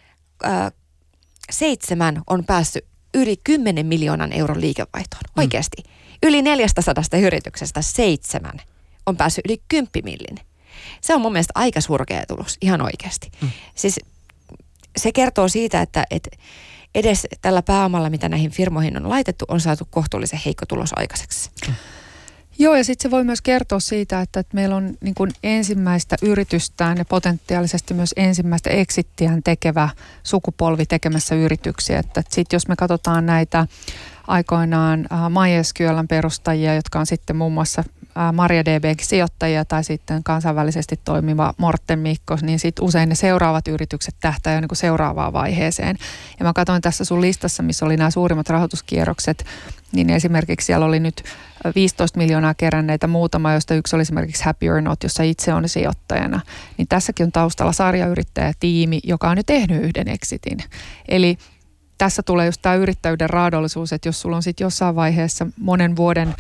7 on päässyt yli 10 miljoonan euron liikevaihtoon. Oikeasti. Yli 400 yrityksestä 7 on päässyt yli 10 millin. Se on mun mielestä aika surkea tulos, ihan oikeasti. Siis se kertoo siitä, että edes tällä pääomalla, mitä näihin firmoihin on laitettu, on saatu kohtuullisen heikko tulos aikaiseksi. Joo, ja sitten se voi myös kertoa siitä, että meillä on niin kuin ensimmäistä yritystään ja potentiaalisesti myös ensimmäistä exittiään tekevä sukupolvi tekemässä yrityksiä. Että sitten jos me katsotaan näitä aikoinaan MySQL:n perustajia, jotka on sitten muun muassa MariaDB:n sijoittajia tai sitten kansainvälisesti toimiva Morten Mikko, niin sitten usein ne seuraavat yritykset tähtää jo niin kuin seuraavaan vaiheeseen. Ja mä katsoin tässä sun listassa, missä oli nämä suurimmat rahoituskierrokset, niin esimerkiksi siellä oli nyt 15 miljoonaa keränneitä muutama, josta yksi oli esimerkiksi Happy or Not, jossa itse on sijoittajana. Niin tässäkin on taustalla sarjayrittäjätiimi, joka on nyt tehnyt yhden exitin. Eli tässä tulee just tämä yrittäjyyden raadollisuus, että jos sulla on sitten jossain vaiheessa monen vuoden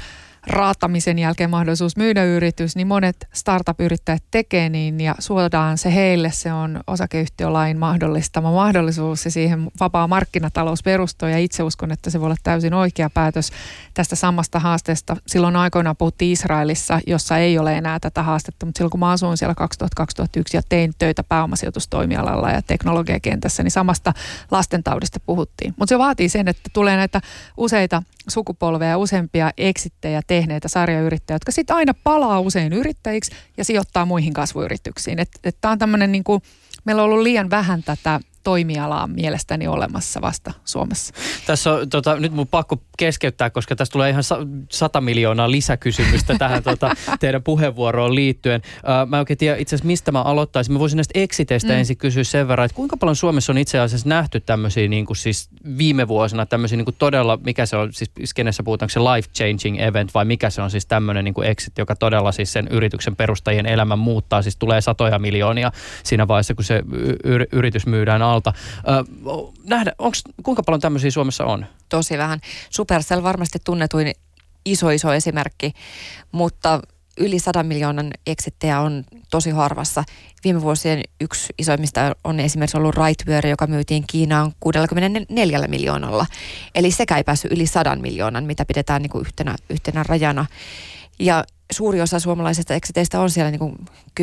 raatamisen jälkeen mahdollisuus myydä yritys, niin monet startup-yrittäjät tekee niin ja suodaan se heille. Se on osakeyhtiölain mahdollistama mahdollisuus ja siihen vapaa markkinatalous perustuu ja itse uskon, että se voi olla täysin oikea päätös tästä samasta haasteesta. Silloin aikoinaan puhuttiin Israelissa, jossa ei ole enää tätä haastetta, mutta silloin kun mä asuin siellä 2000-2001 ja tein töitä pääomasijoitustoimialalla ja teknologiakentässä, niin samasta lastentaudista puhuttiin. Mutta se vaatii sen, että tulee näitä useita sukupolveja, useampia eksittejä tehneitä sarjayrittäjiä, jotka sitten aina palaa usein yrittäjiksi ja sijoittaa muihin kasvuyrityksiin. Tämä on tämmöinen, niin kuin, meillä on ollut liian vähän tätä toimialaa mielestäni olemassa vasta Suomessa. Tässä on, nyt mun pakko keskeyttää, koska tässä tulee ihan 100 miljoonaa lisäkysymystä tähän teidän puheenvuoroon liittyen. Mä en oikein tiedä itse asiassa, mistä mä aloittaisin. Mä voisin näistä exiteistä ensin kysyä sen verran, että kuinka paljon Suomessa on itse asiassa nähty tämmöisiä niin kuin siis viime vuosina tämmöisiä niin kuin todella, mikä se on, siis kenessä puhutaanko se life-changing event vai mikä se on siis tämmöinen niin kuin exit, joka todella siis sen yrityksen perustajien elämän muuttaa, siis tulee satoja miljoonia siinä vaiheessa, kun se yritys myydään alta. Kuinka paljon tämmöisiä Suomessa on? Tosi vähän. Supercell varmasti tunnetuin iso esimerkki, mutta yli 100 miljoonan exittejä on tosi harvassa. Viime vuosien yksi isoimmista on esimerkiksi ollut Rightware, joka myytiin Kiinaan 64 miljoonalla. Eli sekä ei päässyt yli 100 miljoonan, mitä pidetään niin kuin yhtenä rajana. Ja suuri osa suomalaisista exiteistä on siellä niin kuin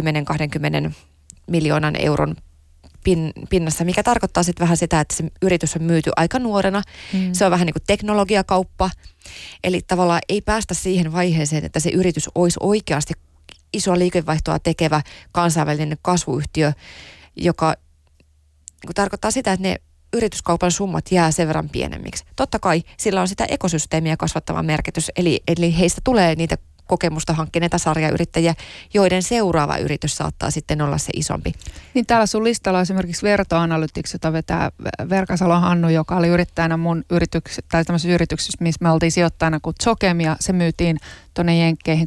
10-20 miljoonan euron pinnassa, mikä tarkoittaa sitten vähän sitä, että se yritys on myyty aika nuorena. Se on vähän niin kuin teknologiakauppa. Eli tavallaan ei päästä siihen vaiheeseen, että se yritys olisi oikeasti isoa liikevaihtoa tekevä kansainvälinen kasvuyhtiö, joka niin tarkoittaa sitä, että ne yrityskaupan summat jää sen verran pienemmiksi. Totta kai sillä on sitä ekosysteemiä kasvattava merkitys, eli heistä tulee niitä kokemusta hankkineita sarjayrittäjiä, joiden seuraava yritys saattaa sitten olla se isompi. Niin täällä sun listalla on esimerkiksi Verto Analytics, jota vetää Verkasalo Hannu, joka oli yrittäjänä mun tämmöisessä yrityksessä, missä me oltiin sijoittajana kuin Zokem, ja se myytiin tuonne Jenkkeihin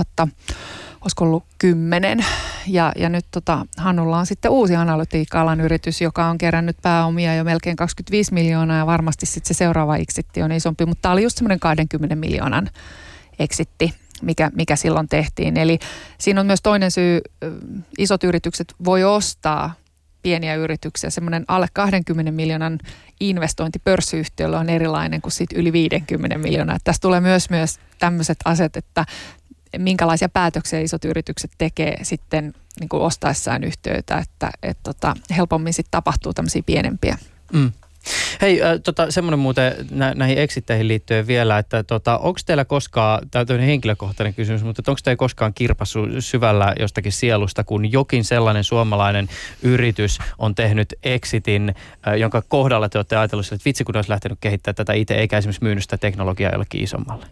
2010. Ja nyt Hannulla on sitten uusi analytiikka-alan yritys, joka on kerännyt pääomia jo melkein 25 miljoonaa, ja varmasti sitten se seuraava exitti on isompi, mutta tämä oli just semmoinen 20 miljoonan exitti, mikä silloin tehtiin. Eli siinä on myös toinen syy, isot yritykset voi ostaa pieniä yrityksiä. Semmoinen alle 20 miljoonan investointi pörssiyhtiöllä on erilainen kuin sit yli 50 miljoonaa. Tässä tulee myös tämmöiset asiat, että minkälaisia päätöksiä isot yritykset tekee sitten niin kuin ostaessaan yhtiöitä, että helpommin sitten tapahtuu tämmöisiä pienempiä. Hei, semmoinen muuten näihin exitteihin liittyen vielä, että onko teillä koskaan, tämä on henkilökohtainen kysymys, mutta onko teillä koskaan kirpassut syvällä jostakin sielusta, kun jokin sellainen suomalainen yritys on tehnyt exitin, jonka kohdalla te olette ajatelleet, että vitsi kun olisi lähtenyt kehittämään tätä itse, eikä esimerkiksi myynyt sitä teknologiaa jollekin isommalle?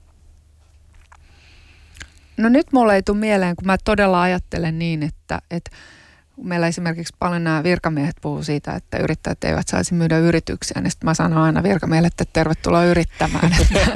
No nyt mulle ei tule mieleen, kun mä todella ajattelen niin, että meillä esimerkiksi paljon nämä virkamiehet puhuu siitä, että yrittäjät eivät saisi myydä yrityksiä, niin sitten mä sanon aina virkamiehelle, että tervetuloa yrittämään.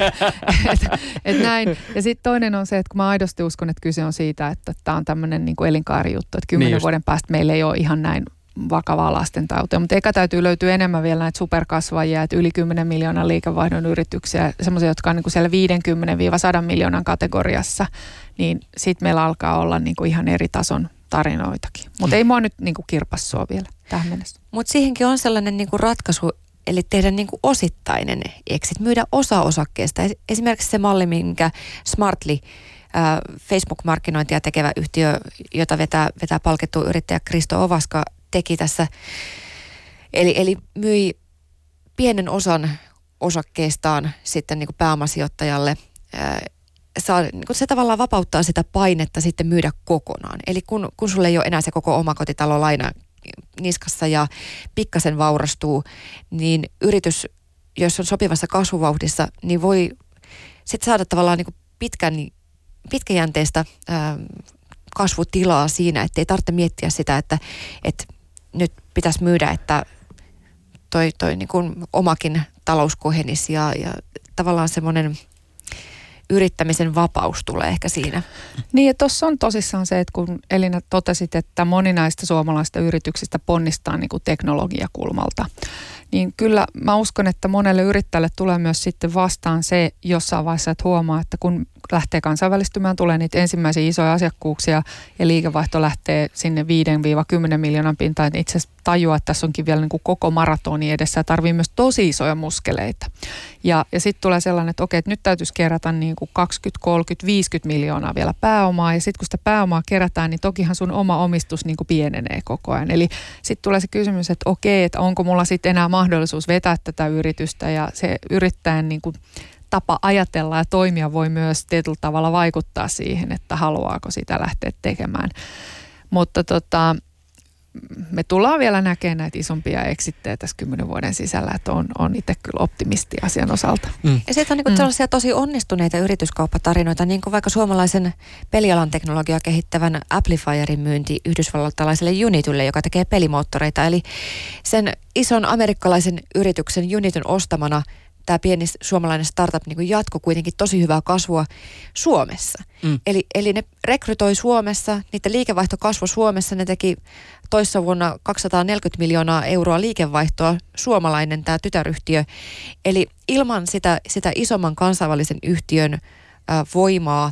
Näin. Ja sitten toinen on se, että kun mä aidosti uskon, että kyse on siitä, että tämä on tämmöinen niin kuin elinkaarijuttu, että 10 vuoden päästä meillä ei ole ihan näin vakavaa lastentautia, mutta eikä täytyy löytyä enemmän vielä näitä superkasvajia, että yli 10 miljoonan liikevaihdon yrityksiä, semmoisia, jotka on niin kuin siellä 50-100 miljoonan kategoriassa, niin sitten meillä alkaa olla niin kuin ihan eri tason tarinoitakin. Mutta ei mua nyt niin kuin kirpassua vielä tähän mennessä. Mutta siihenkin on sellainen niin kuin ratkaisu, eli tehdä niin kuin osittainen exit, myydä osa osakkeesta. Esimerkiksi se malli, minkä Smartly, Facebook-markkinointia tekevä yhtiö, jota vetää palkittu yrittäjä Kristo Ovaska, teki tässä. Eli myi pienen osan osakkeestaan sitten niin kuin pääomasijoittajalle. Se tavallaan vapauttaa sitä painetta sitten myydä kokonaan. Eli kun sulle ei ole enää se koko omakotitalo laina niskassa ja pikkasen vaurastuu, niin yritys, jos on sopivassa kasvuvauhdissa, niin voi sitten saada tavallaan niin kuin pitkäjänteistä kasvutilaa siinä, että ei tarvitse miettiä sitä, että nyt pitäisi myydä, että toi niin kuin omakin talous kohenisi ja tavallaan semmoinen yrittämisen vapaus tulee ehkä siinä. Niin ja tuossa on tosissaan se, että kun Elina totesit, että moni näistä suomalaisista yrityksistä ponnistaa niin kuin teknologiakulmalta, niin kyllä mä uskon, että monelle yrittäjälle tulee myös sitten vastaan se jossain vaiheessa, että huomaa, että kun lähtee kansainvälistymään, tulee niitä ensimmäisiä isoja asiakkuuksia ja liikevaihto lähtee sinne 5-10 miljoonan pintaan, että itse asiassa tajuaa, että tässä onkin vielä niin kuin koko maratoni edessä ja tarvii myös tosi isoja muskeleita. Ja sitten tulee sellainen, että okei, että nyt täytyisi kerätä niin kuin 20, 30, 50 miljoonaa vielä pääomaa ja sitten kun sitä pääomaa kerätään, niin tokihan sun oma omistus niin kuin pienenee koko ajan. Eli sitten tulee se kysymys, että okei, että onko mulla sitten enää mahdollisuus vetää tätä yritystä ja se yrittäjän niin kuin tapa ajatella ja toimia voi myös tietyllä tavalla vaikuttaa siihen, että haluaako sitä lähteä tekemään. Mutta me tullaan vielä näkemään näitä isompia eksittejä tässä 10 vuoden sisällä, että on itse kyllä optimisti asian osalta. Ja sitten on niin sellaisia tosi onnistuneita yrityskauppatarinoita, niin kuin vaikka suomalaisen pelialan teknologiaa kehittävän Amplifierin myynti yhdysvaltalaiselle Unitylle, joka tekee pelimoottoreita. Eli sen ison amerikkalaisen yrityksen Unityn ostamana tämä pieni suomalainen startup niin jatkoi kuitenkin tosi hyvää kasvua Suomessa. Eli ne rekrytoi Suomessa, niiden liikevaihto kasvoi Suomessa, ne teki toissa vuonna 240 miljoonaa euroa liikevaihtoa, suomalainen tämä tytäryhtiö. Eli ilman sitä isomman kansainvälisen yhtiön voimaa,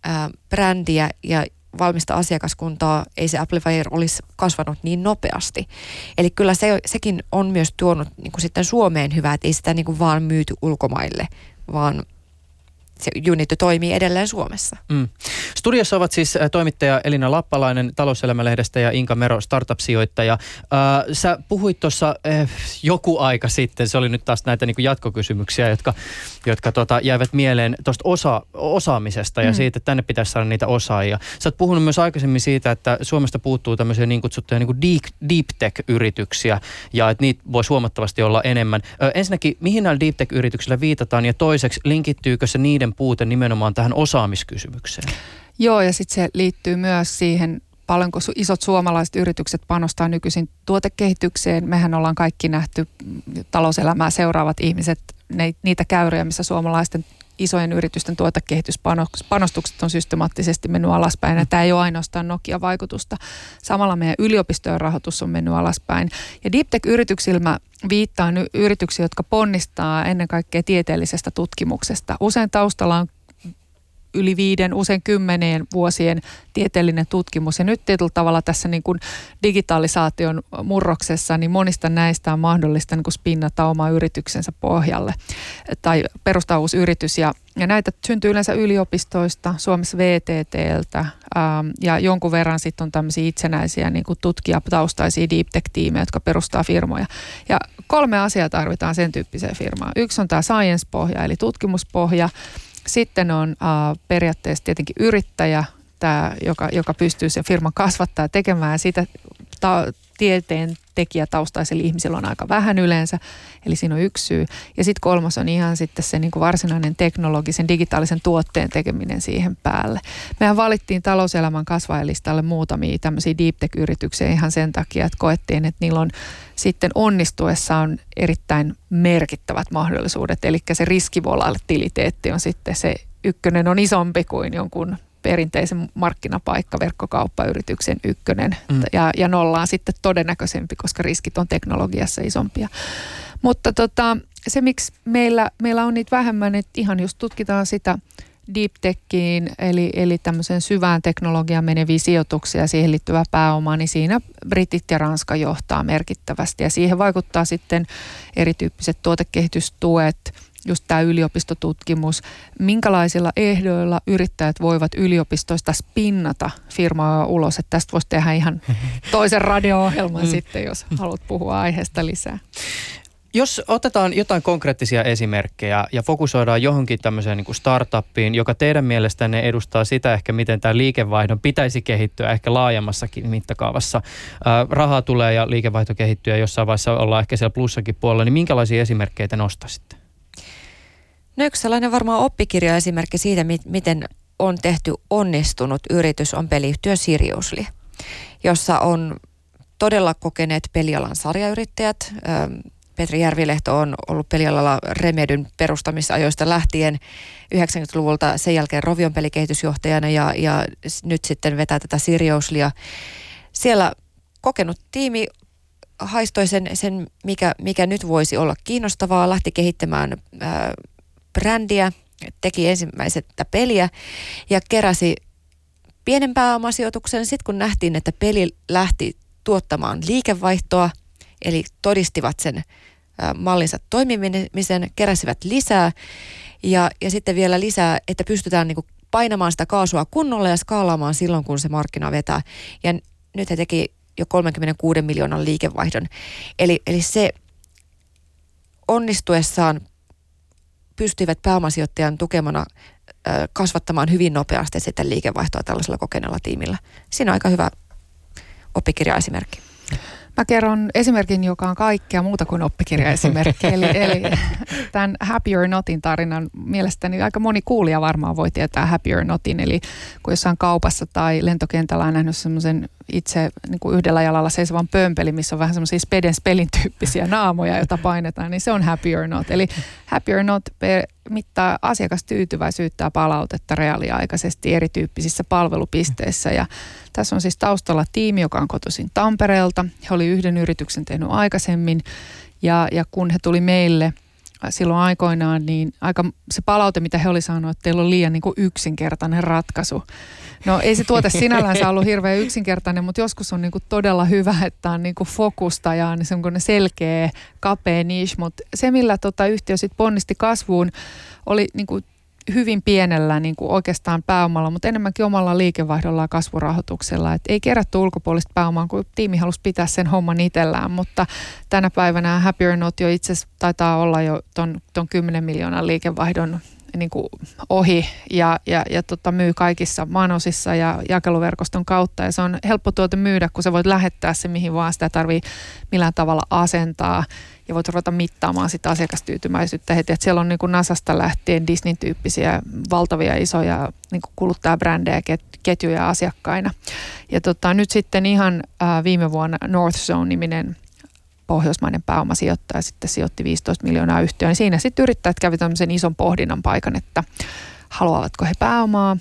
brändiä ja valmista asiakaskuntaa, ei se Amplifier olisi kasvanut niin nopeasti. Eli kyllä sekin on myös tuonut niin kuin sitten Suomeen hyvää, että ei sitä niin kuin vaan myyty ulkomaille, vaan se Unity toimii edelleen Suomessa. Studiossa ovat siis toimittaja Elina Lappalainen Talouselämä-lehdestä ja Inka Mero, startup-sijoittaja. Sä puhuit tuossa joku aika sitten, se oli nyt taas näitä niin kuin jatkokysymyksiä, jotka jäivät mieleen tuosta osaamisesta ja siitä, että tänne pitäisi saada niitä osaajia. Sä oot puhunut myös aikaisemmin siitä, että Suomesta puuttuu tämmöisiä niin kutsuttuja niin kuin deep tech-yrityksiä ja että niitä voisi huomattavasti olla enemmän. Ensinnäkin, mihin näillä deep tech-yrityksillä viitataan ja toiseksi, linkittyykö se niiden puute nimenomaan tähän osaamiskysymykseen? Joo, ja sitten se liittyy myös siihen, paljonko isot suomalaiset yritykset panostaa nykyisin tuotekehitykseen. Mehän ollaan kaikki nähty talouselämää seuraavat ihmiset, niitä käyriä, missä suomalaisten isojen yritysten tuotekehityspanostukset on systemaattisesti mennyt alaspäin. Ja tämä ei ole ainoastaan Nokia-vaikutusta. Samalla meidän yliopistojen rahoitus on mennyt alaspäin. Ja Deep Tech-yrityksillä mä viittaan yrityksiä, jotka ponnistaa ennen kaikkea tieteellisestä tutkimuksesta. Usein taustalla on yli 5, usein 10 vuosien tieteellinen tutkimus. Ja nyt tietyllä tavalla tässä niin kuin digitalisaation murroksessa, niin monista näistä on mahdollista niin kuin spinnata oma yrityksensä pohjalle tai perustaa uusi yritys. Ja näitä syntyy yleensä yliopistoista, Suomessa VTT:ltä ja jonkun verran sitten on tämmöisiä itsenäisiä niin kuin tutkijataustaisia deep tech-tiimejä, jotka perustaa firmoja. Ja 3 asiaa tarvitaan sen tyyppiseen firmaan. Yksi on tämä science-pohja eli tutkimuspohja. Sitten on periaatteessa tietenkin yrittäjä, joka pystyy sen firman kasvattaa ja tekemään. Sitä tieteen tekijätaustaisilla ihmisillä on aika vähän yleensä, eli siinä on yksi syy. Ja sitten 3 on ihan sitten se niin kuin varsinainen teknologisen digitaalisen tuotteen tekeminen siihen päälle. Mehän valittiin talouselämän kasvajalistalle muutamia tämmöisiä deep tech-yrityksiä ihan sen takia, että koettiin, että niillä on sitten onnistuessaan erittäin merkittävät mahdollisuudet. Eli se riskivolatiliteetti on sitten se ykkönen on isompi kuin jonkun perinteisen markkinapaikka, verkkokauppayrityksen ykkönen ja 0 on sitten todennäköisempi, koska riskit on teknologiassa isompia. Mutta se, miksi meillä on niitä vähemmän, että ihan just tutkitaan sitä deep techiin, eli tämmöisen syvään teknologiaan meneviä sijoituksia ja siihen liittyvää pääomaa, niin siinä Britit ja Ranska johtaa merkittävästi ja siihen vaikuttaa sitten erityyppiset tuotekehitystuet, just tämä yliopistotutkimus, minkälaisilla ehdoilla yrittäjät voivat yliopistoista spinnata firmaa ulos, että tästä voisi tehdä ihan toisen radio-ohjelman sitten, jos haluat puhua aiheesta lisää. Jos otetaan jotain konkreettisia esimerkkejä ja fokusoidaan johonkin tämmöiseen niin kuin startuppiin, joka teidän mielestänne edustaa sitä ehkä, miten tämä liikevaihdon pitäisi kehittyä ehkä laajemmassakin mittakaavassa. Rahaa tulee ja liikevaihto kehittyy ja jossain vaiheessa ollaan ehkä siellä plussakin puolella, niin minkälaisia esimerkkejä te nostaisitte? No yksi sellainen varmaan oppikirjaesimerkki siitä, miten on tehty onnistunut yritys, on peliyhtiö Siriusli, jossa on todella kokeneet pelialan sarjayrittäjät. Petri Järvilehto on ollut pelialalla Remedyn perustamisajoista lähtien 90-luvulta, sen jälkeen Rovion pelikehitysjohtajana ja nyt sitten vetää tätä Siriuslia. Siellä kokenut tiimi haistoi sen mikä nyt voisi olla kiinnostavaa, lähti kehittämään brändiä, teki ensimmäisettä peliä ja keräsi pienen pääomasijoituksen. Sitten kun nähtiin, että peli lähti tuottamaan liikevaihtoa, eli todistivat sen mallinsa toimimisen, keräsivät lisää ja sitten vielä lisää, että pystytään niin kuin painamaan sitä kaasua kunnolla ja skaalaamaan silloin, kun se markkina vetää. Ja nyt he teki jo 36 miljoonan liikevaihdon. Eli se onnistuessaan pystyivät pääomasijoittajan tukemana kasvattamaan hyvin nopeasti sitä liikevaihtoa tällaisella kokeneella tiimillä. Siinä on aika hyvä oppikirjaesimerkki. Mä kerron esimerkin, joka on kaikkea muuta kuin oppikirjaesimerkki. eli tämän Happy or Notin tarinan mielestäni aika moni kuulija varmaan voi tietää Happy or Notin. Eli kun jossain kaupassa tai lentokentällä on nähnyt semmoisen itse niin kuin yhdellä jalalla seisovan pömpeli, missä on vähän semmoisia Speden Spelin tyyppisiä naamoja, joita painetaan, niin se on Happy or Not. Eli Happy or Not mittaa asiakastyytyväisyyttä ja palautetta reaaliaikaisesti erityyppisissä palvelupisteissä. Ja tässä on siis taustalla tiimi, joka on kotoisin Tampereelta. He oli yhden yrityksen tehnyt aikaisemmin ja kun he tuli meille silloin aikoinaan, niin se palaute, mitä he oli sanonut, että teillä on liian niin kuin yksinkertainen ratkaisu. No ei se tuote sinällänsä ollut hirveän yksinkertainen, mutta joskus on niin kuin todella hyvä, että on niin kuin fokusta ja niin se on selkeä, kapea niche. Mutta se, millä yhtiö sitten ponnisti kasvuun, oli niin kuin hyvin pienellä niin kuin oikeastaan pääomalla, mutta enemmänkin omalla liikevaihdolla ja kasvurahoituksella. Et ei kerätty ulkopuolista pääomaa, kun tiimi halusi pitää sen homman itsellään, mutta tänä päivänä Happy or Not jo itse asiassa taitaa olla jo ton 10 miljoonan liikevaihdon niin kuin ohi ja myy kaikissa maanosissa ja jakeluverkoston kautta. Ja se on helppo tuote myydä, kun sä voit lähettää se mihin vaan, sitä tarvii millään tavalla asentaa ja voit ruveta mittaamaan sitä asiakastyytymäisyyttä heti. Et siellä on niin kuin Nasasta lähtien Disney-tyyppisiä valtavia isoja niin kuin kuluttajabrändejä, ketjuja asiakkaina. Ja nyt sitten ihan viime vuonna Northzone-niminen pohjoismainen pääomasijoittaja sitten sijoitti 15 miljoonaa yhtiöön. Siinä sitten yrittäjät kävi tämmöisen ison pohdinnan paikan, että haluavatko he pääomaa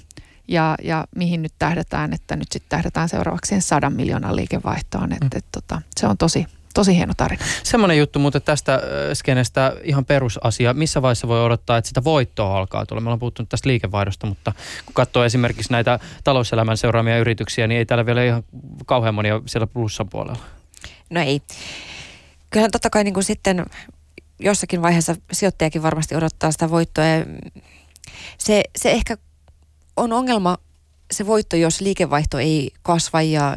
ja mihin nyt tähdätään, että nyt sitten tähdätään seuraavaksi 100 miljoonan liikevaihtoon. Se on tosi hieno tarina. Semmoinen juttu muuten tästä skenestä ihan perusasia. Missä vaiheessa voi odottaa, että sitä voittoa alkaa tulla? Me ollaan puhuttu tästä liikevaihdosta, mutta kun katsoo esimerkiksi näitä talouselämän seuraamia yrityksiä, niin ei täällä vielä ihan kauhean monia siellä plussan puolella. No ei. Kyllähän totta kai niin kuin sitten jossakin vaiheessa sijoittajakin varmasti odottaa sitä voittoa. Se ehkä on ongelma se voitto, jos liikevaihto ei kasva ja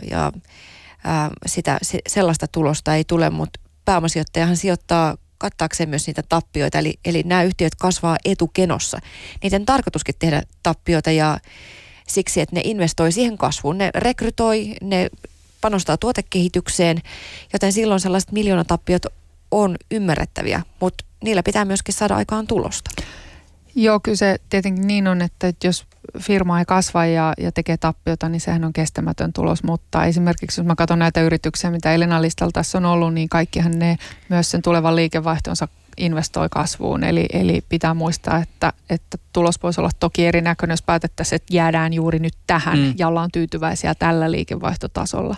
sellaista tulosta ei tule, mutta pääomasijoittajahan sijoittaa kattaakseen myös niitä tappioita. Eli nämä yhtiöt kasvaa etukenossa. Niiden tarkoituskin tehdä tappioita ja siksi, että ne investoi siihen kasvuun. Ne rekrytoi, ne panostaa tuotekehitykseen, joten silloin sellaiset miljoonatappiot on ymmärrettäviä, mutta niillä pitää myöskin saada aikaan tulosta. Joo, kyllä se tietenkin niin on, että jos firma ei kasva ja tekee tappiota, niin sehän on kestämätön tulos, mutta esimerkiksi jos mä katson näitä yrityksiä, mitä Elena listalla tässä on ollut, niin kaikkihan ne myös sen tulevan liikevaihtonsa investoi kasvuun. Eli pitää muistaa, että tulos voisi olla toki erinäköinen, jos päätettäisiin, että jäädään juuri nyt tähän ja ollaan tyytyväisiä tällä liikevaihtotasolla.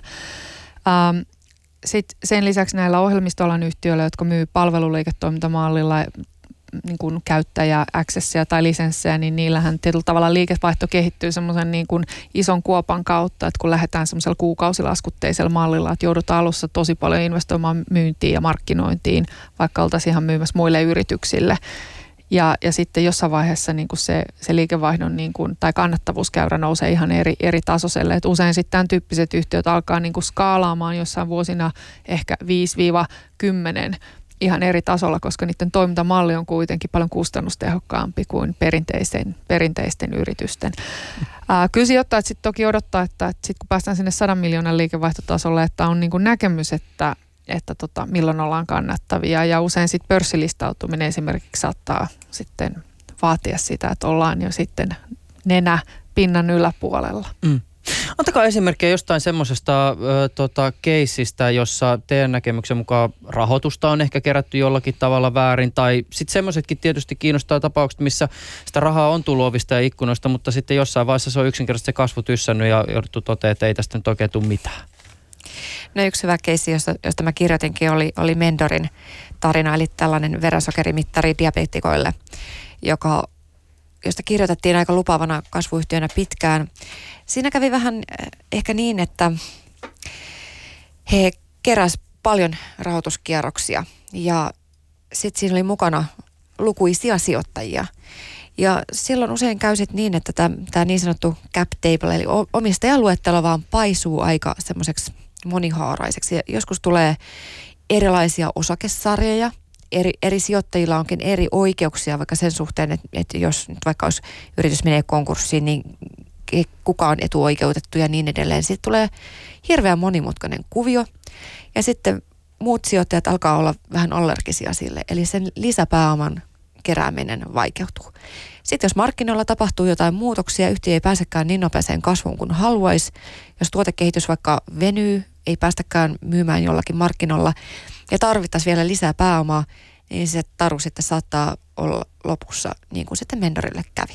Sitten sen lisäksi näillä ohjelmistoalan yhtiöillä, jotka myy palveluliiketoimintamallilla niin kuin käyttäjä accessia tai lisenssejä, niin niillähän tietyllä tavalla liikevaihto kehittyy semmoisen niin kuin ison kuopan kautta, että kun lähdetään semmoisella kuukausilaskutteisella mallilla, että joudutaan alussa tosi paljon investoimaan myyntiin ja markkinointiin, vaikka oltaisiin ihan myymässä muille yrityksille. Ja sitten jossain vaiheessa niin kuin se liikevaihdon niin kuin, tai kannattavuuskäyrä nousee ihan eri tasoiselle. Et usein sitten tämän tyyppiset yhtiöt alkaa niin kuin skaalaamaan jossain vuosina ehkä 5-10 ihan eri tasolla, koska niiden toimintamalli on kuitenkin paljon kustannustehokkaampi kuin perinteisten yritysten. Kyllä sijoittajat sitten toki odottaa, että sitten kun päästään sinne 100 miljoonan liikevaihtotasolle, että on niin kuin näkemys, että milloin ollaan kannattavia. Ja usein sitten pörssilistautuminen esimerkiksi saattaa sitten vaatia sitä, että ollaan jo sitten nenä pinnan yläpuolella. Antakaa esimerkkejä jostain semmoisesta keissistä, jossa teidän näkemyksen mukaan rahoitusta on ehkä kerätty jollakin tavalla väärin. Tai sitten semmoisetkin tietysti kiinnostaa tapaukset, missä sitä rahaa on tullut ovista ja ikkunoista, mutta sitten jossain vaiheessa se on yksinkertaisesti se kasvu tyssännyt ja jouduttu toteamaan, että ei tästä nyt oikein tule mitään. No yksi hyvä keissi, josta mä kirjoitinkin, oli Mendorin tarina, eli tällainen verensokerimittari diabetikoille, josta kirjoitettiin aika lupaavana kasvuyhtiönä pitkään. Siinä kävi vähän ehkä niin, että he keräs paljon rahoituskierroksia ja sitten siinä oli mukana lukuisia sijoittajia. Ja silloin usein käy sit niin, että tämä niin sanottu cap table, eli omistajaluettelo vaan paisuu aika semmoiseksi monihaaraiseksi. Ja joskus tulee erilaisia osakesarjoja. Eri sijoittajilla onkin eri oikeuksia, vaikka sen suhteen, että jos nyt vaikka olisi yritys menee konkurssiin, niin kuka on etuoikeutettu ja niin edelleen. Sitten tulee hirveän monimutkainen kuvio ja sitten muut sijoittajat alkaa olla vähän allergisia sille, eli sen lisäpääoman kerääminen vaikeutuu. Sitten jos markkinoilla tapahtuu jotain muutoksia, yhtiö ei pääsekään niin nopeaseen kasvuun kuin haluaisi, jos tuotekehitys vaikka venyy, ei päästäkään myymään jollakin markkinoilla ja tarvittaisiin vielä lisää pääomaa, niin se taru sitten saattaa olla lopussa niin kuin sitten Mendorille kävi.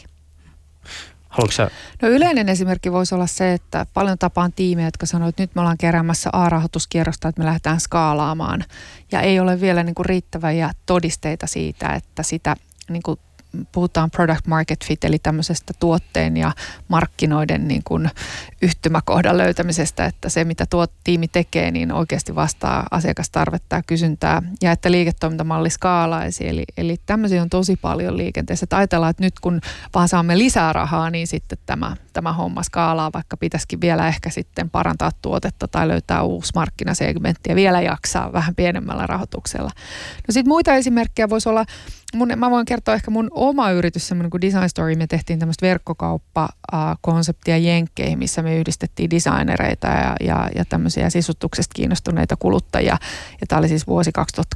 Haluatko sä? No yleinen esimerkki voisi olla se, että paljon tapaan tiimejä, jotka sanoo, että nyt me ollaan keräämässä A-rahoituskierrosta, että me lähdetään skaalaamaan. Ja ei ole vielä niin kuin riittäviä todisteita siitä, että sitä niin kuin puhutaan product market fit, eli tämmöisestä tuotteen ja markkinoiden niin kuin yhtymäkohdan löytämisestä, että se mitä tuo tiimi tekee, niin oikeasti vastaa asiakastarvetta ja kysyntää ja että liiketoimintamalli skaalaisi. Eli tämmöisiä on tosi paljon liikenteessä. Että ajatellaan, että nyt kun vaan saamme lisää rahaa, niin sitten tämä homma skaalaa, vaikka pitäisikin vielä ehkä sitten parantaa tuotetta tai löytää uusi markkinasegmentti ja vielä jaksaa vähän pienemmällä rahoituksella. No sitten muita esimerkkejä voisi olla, mä voin kertoa ehkä mun oma yritys, semmoinen kuin Design Story, me tehtiin tämmöistä verkkokauppakonseptia Jenkkeihin, missä me yhdistettiin designereita ja tämmöisiä sisustuksesta kiinnostuneita kuluttajia. Ja tämä oli siis vuosi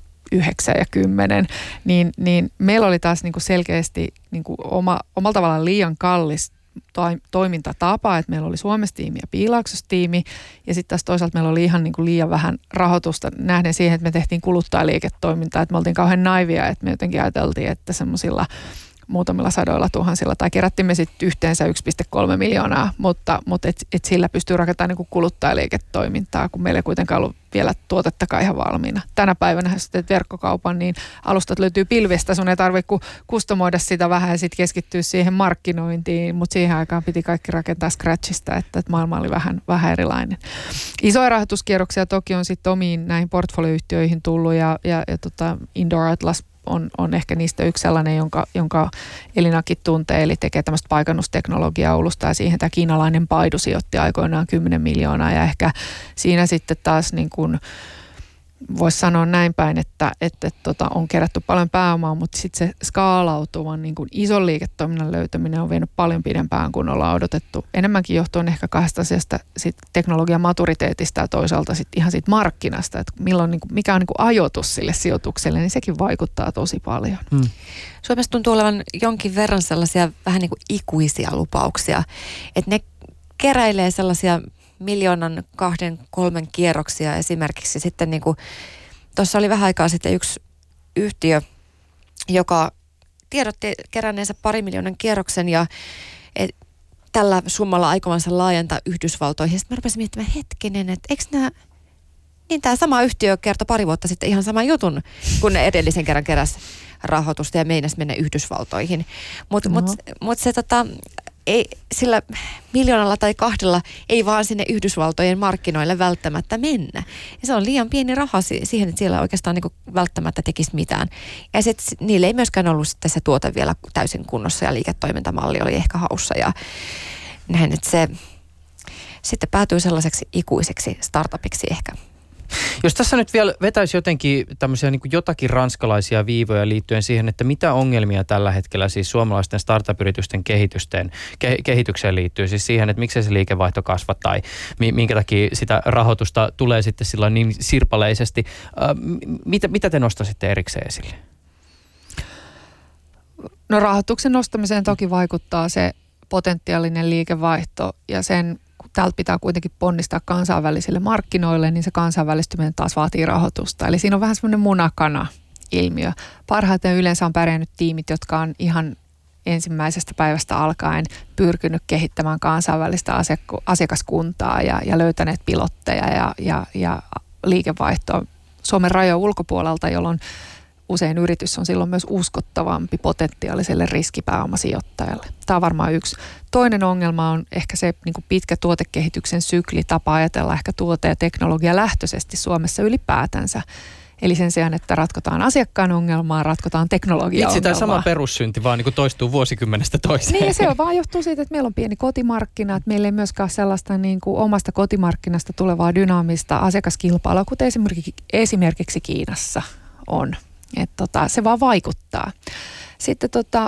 2009 ja 2010. Niin meillä oli taas niinku selkeästi niinku omalla tavallaan liian kallis toimintatapa, että meillä oli Suomessa tiimi ja Piilaaksossa tiimi ja sitten taas toisaalta meillä oli ihan niin kuin liian vähän rahoitusta nähden siihen, että me tehtiin kuluttajaliiketoimintaa, että me oltiin kauhean naivia, että me jotenkin ajateltiin, että semmoisilla muutamilla sadoilla tuhansilla tai kerättiin me sitten yhteensä 1,3 miljoonaa, mutta et sillä pystyy rakentamaan niin kuin kuluttajaliiketoimintaa, kun meillä ei kuitenkaan ollut vielä tuotettakaan ihan valmiina. Tänä päivänä, jos teet verkkokaupan, niin alustat löytyy pilvestä, sun ei tarvitse kustomoida sitä vähän ja sitten keskittyä siihen markkinointiin, mutta siihen aikaan piti kaikki rakentaa scratchista, että maailma oli vähän erilainen. Isoja rahoituskierroksia toki on sitten omiin näihin portfolioyhtiöihin tullut ja Indoor Atlas on ehkä niistä yksi sellainen, jonka Elinakin tuntee, eli tekee tämmöistä paikannusteknologiaa Oulusta ja siihen tämä kiinalainen Baidu sijoitti aikoinaan 10 miljoonaa ja ehkä siinä sitten taas niin kuin voisi sanoa näin päin, että on kerätty paljon pääomaa, mutta sitten se skaalautuvan niin kuin ison liiketoiminnan löytäminen on vienyt paljon pidempään kuin ollaan odotettu. Enemmänkin johtuen ehkä kahdesta asiasta teknologian maturiteetista ja toisaalta sit ihan siitä markkinasta, että milloin, niin kuin, mikä on niin kuin ajoitus sille sijoitukselle, niin sekin vaikuttaa tosi paljon. Suomessa tuntuu olevan jonkin verran sellaisia vähän niin kuin ikuisia lupauksia, että ne keräilee sellaisia 1,000,000, 2, 3 kierroksia esimerkiksi. Sitten niin kuin, tuossa oli vähän aikaa sitten yksi yhtiö, joka tiedotti keränneensä 2 miljoonan kierroksen ja tällä summalla aikovansa laajentaa Yhdysvaltoihin. Sitten mä rupesin miettimään hetkinen, että eikö nämä, niin tämä sama yhtiö kertoi pari vuotta sitten ihan saman jutun, kun ne edellisen kerran keräsi rahoitusta ja meinasi mennä Yhdysvaltoihin. Mutta se ei sillä 1,000,000 tai 2 ei vaan sinne Yhdysvaltojen markkinoille välttämättä mennä. Ja se on liian pieni raha siihen, että siellä oikeastaan niin välttämättä tekisi mitään. Ja sitten niille ei myöskään ollut sitten se tuote vielä täysin kunnossa ja liiketoimintamalli oli ehkä haussa. Ja näin, että se sitten päätyy sellaiseksi ikuiseksi startupiksi ehkä. Jos tässä nyt vielä vetäisi jotenkin tämmöisiä niin kuin jotakin ranskalaisia viivoja liittyen siihen, että mitä ongelmia tällä hetkellä siis suomalaisten startup-yritysten kehitykseen liittyy, siis siihen, että miksei se liikevaihto kasva tai minkä takia sitä rahoitusta tulee sitten sillä niin sirpaleisesti. Mitä te nostaisitte erikseen esille? No rahoituksen nostamiseen toki vaikuttaa se potentiaalinen liikevaihto ja sen täältä pitää kuitenkin ponnistaa kansainvälisille markkinoille, niin se kansainvälistyminen taas vaatii rahoitusta. Eli siinä on vähän semmoinen munakana-ilmiö. Parhaiten yleensä on pärjännyt tiimit, jotka on ihan ensimmäisestä päivästä alkaen pyrkinyt kehittämään kansainvälistä asiakaskuntaa ja löytäneet pilotteja ja liikevaihtoa Suomen rajojen ulkopuolelta, jolloin usein yritys on silloin myös uskottavampi potentiaaliselle riskipääomasijoittajalle. Tämä on varmaan yksi. Toinen ongelma on ehkä se niin kuin pitkä tuotekehityksen sykli, tapa ajatella ehkä tuote- ja teknologia lähtöisesti Suomessa ylipäätänsä. Eli sen sijaan, että ratkotaan asiakkaan ongelmaa, ratkotaan teknologia-ongelmaa. Itse tämä sama perussynti vaan niin kuin toistuu vuosikymmenestä toiseen. Niin, ja se on vaan johtuu siitä, että meillä on pieni kotimarkkina, että meillä ei myöskään sellaista niin kuin omasta kotimarkkinasta tulevaa dynaamista asiakaskilpailua, kuten esimerkiksi Kiinassa on. Että se vaan vaikuttaa. Sitten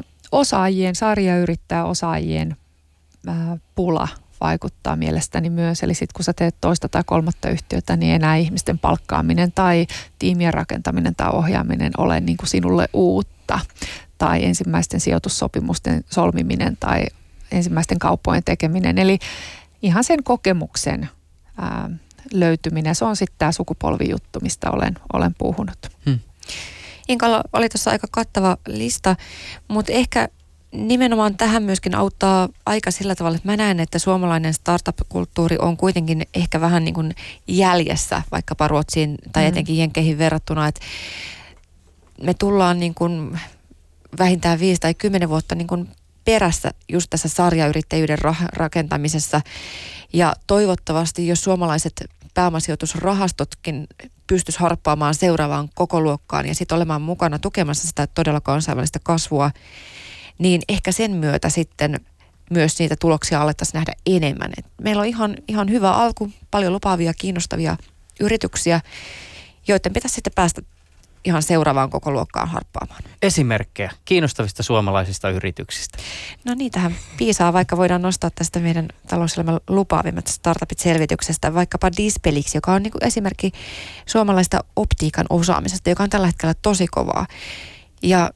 sarjayrittäjäosaajien pula vaikuttaa mielestäni myös. Eli sitten kun sä teet toista tai kolmatta yhtiötä, niin enää ihmisten palkkaaminen tai tiimien rakentaminen tai ohjaaminen ole niin kuin sinulle uutta. Tai ensimmäisten sijoitussopimusten solmiminen tai ensimmäisten kauppojen tekeminen. Eli ihan sen kokemuksen löytyminen, se on sitten tämä sukupolvijuttu, mistä olen puhunut. Inkalla oli tuossa aika kattava lista, mutta ehkä nimenomaan tähän myöskin auttaa aika sillä tavalla, että mä näen, että suomalainen startup-kulttuuri on kuitenkin ehkä vähän niin kuin jäljessä vaikkapa Ruotsiin tai etenkin Jenkeihin verrattuna, että me tullaan niin kuin vähintään 5 tai 10 vuotta niin kuin perässä just tässä sarjayrittäjyyden rakentamisessa ja toivottavasti, jos suomalaiset pääomasijoitusrahastotkin pystyisi harppaamaan seuraavaan kokoluokkaan ja sitten olemaan mukana tukemassa sitä todella kansainvälistä kasvua, niin ehkä sen myötä sitten myös niitä tuloksia alettaisiin nähdä enemmän. Et meillä on ihan hyvä alku, paljon lupaavia, kiinnostavia yrityksiä, joiden pitäisi sitten päästä ihan seuraavaan kokoluokkaan harppaamaan. Esimerkkejä kiinnostavista suomalaisista yrityksistä. No niitähän piisaa, vaikka voidaan nostaa tästä meidän talouselämän lupaavimmat startupit-selvityksestä, vaikkapa Dispelix, joka on niin kuin esimerkki suomalaista optiikan osaamisesta, joka on tällä hetkellä tosi kovaa. Ja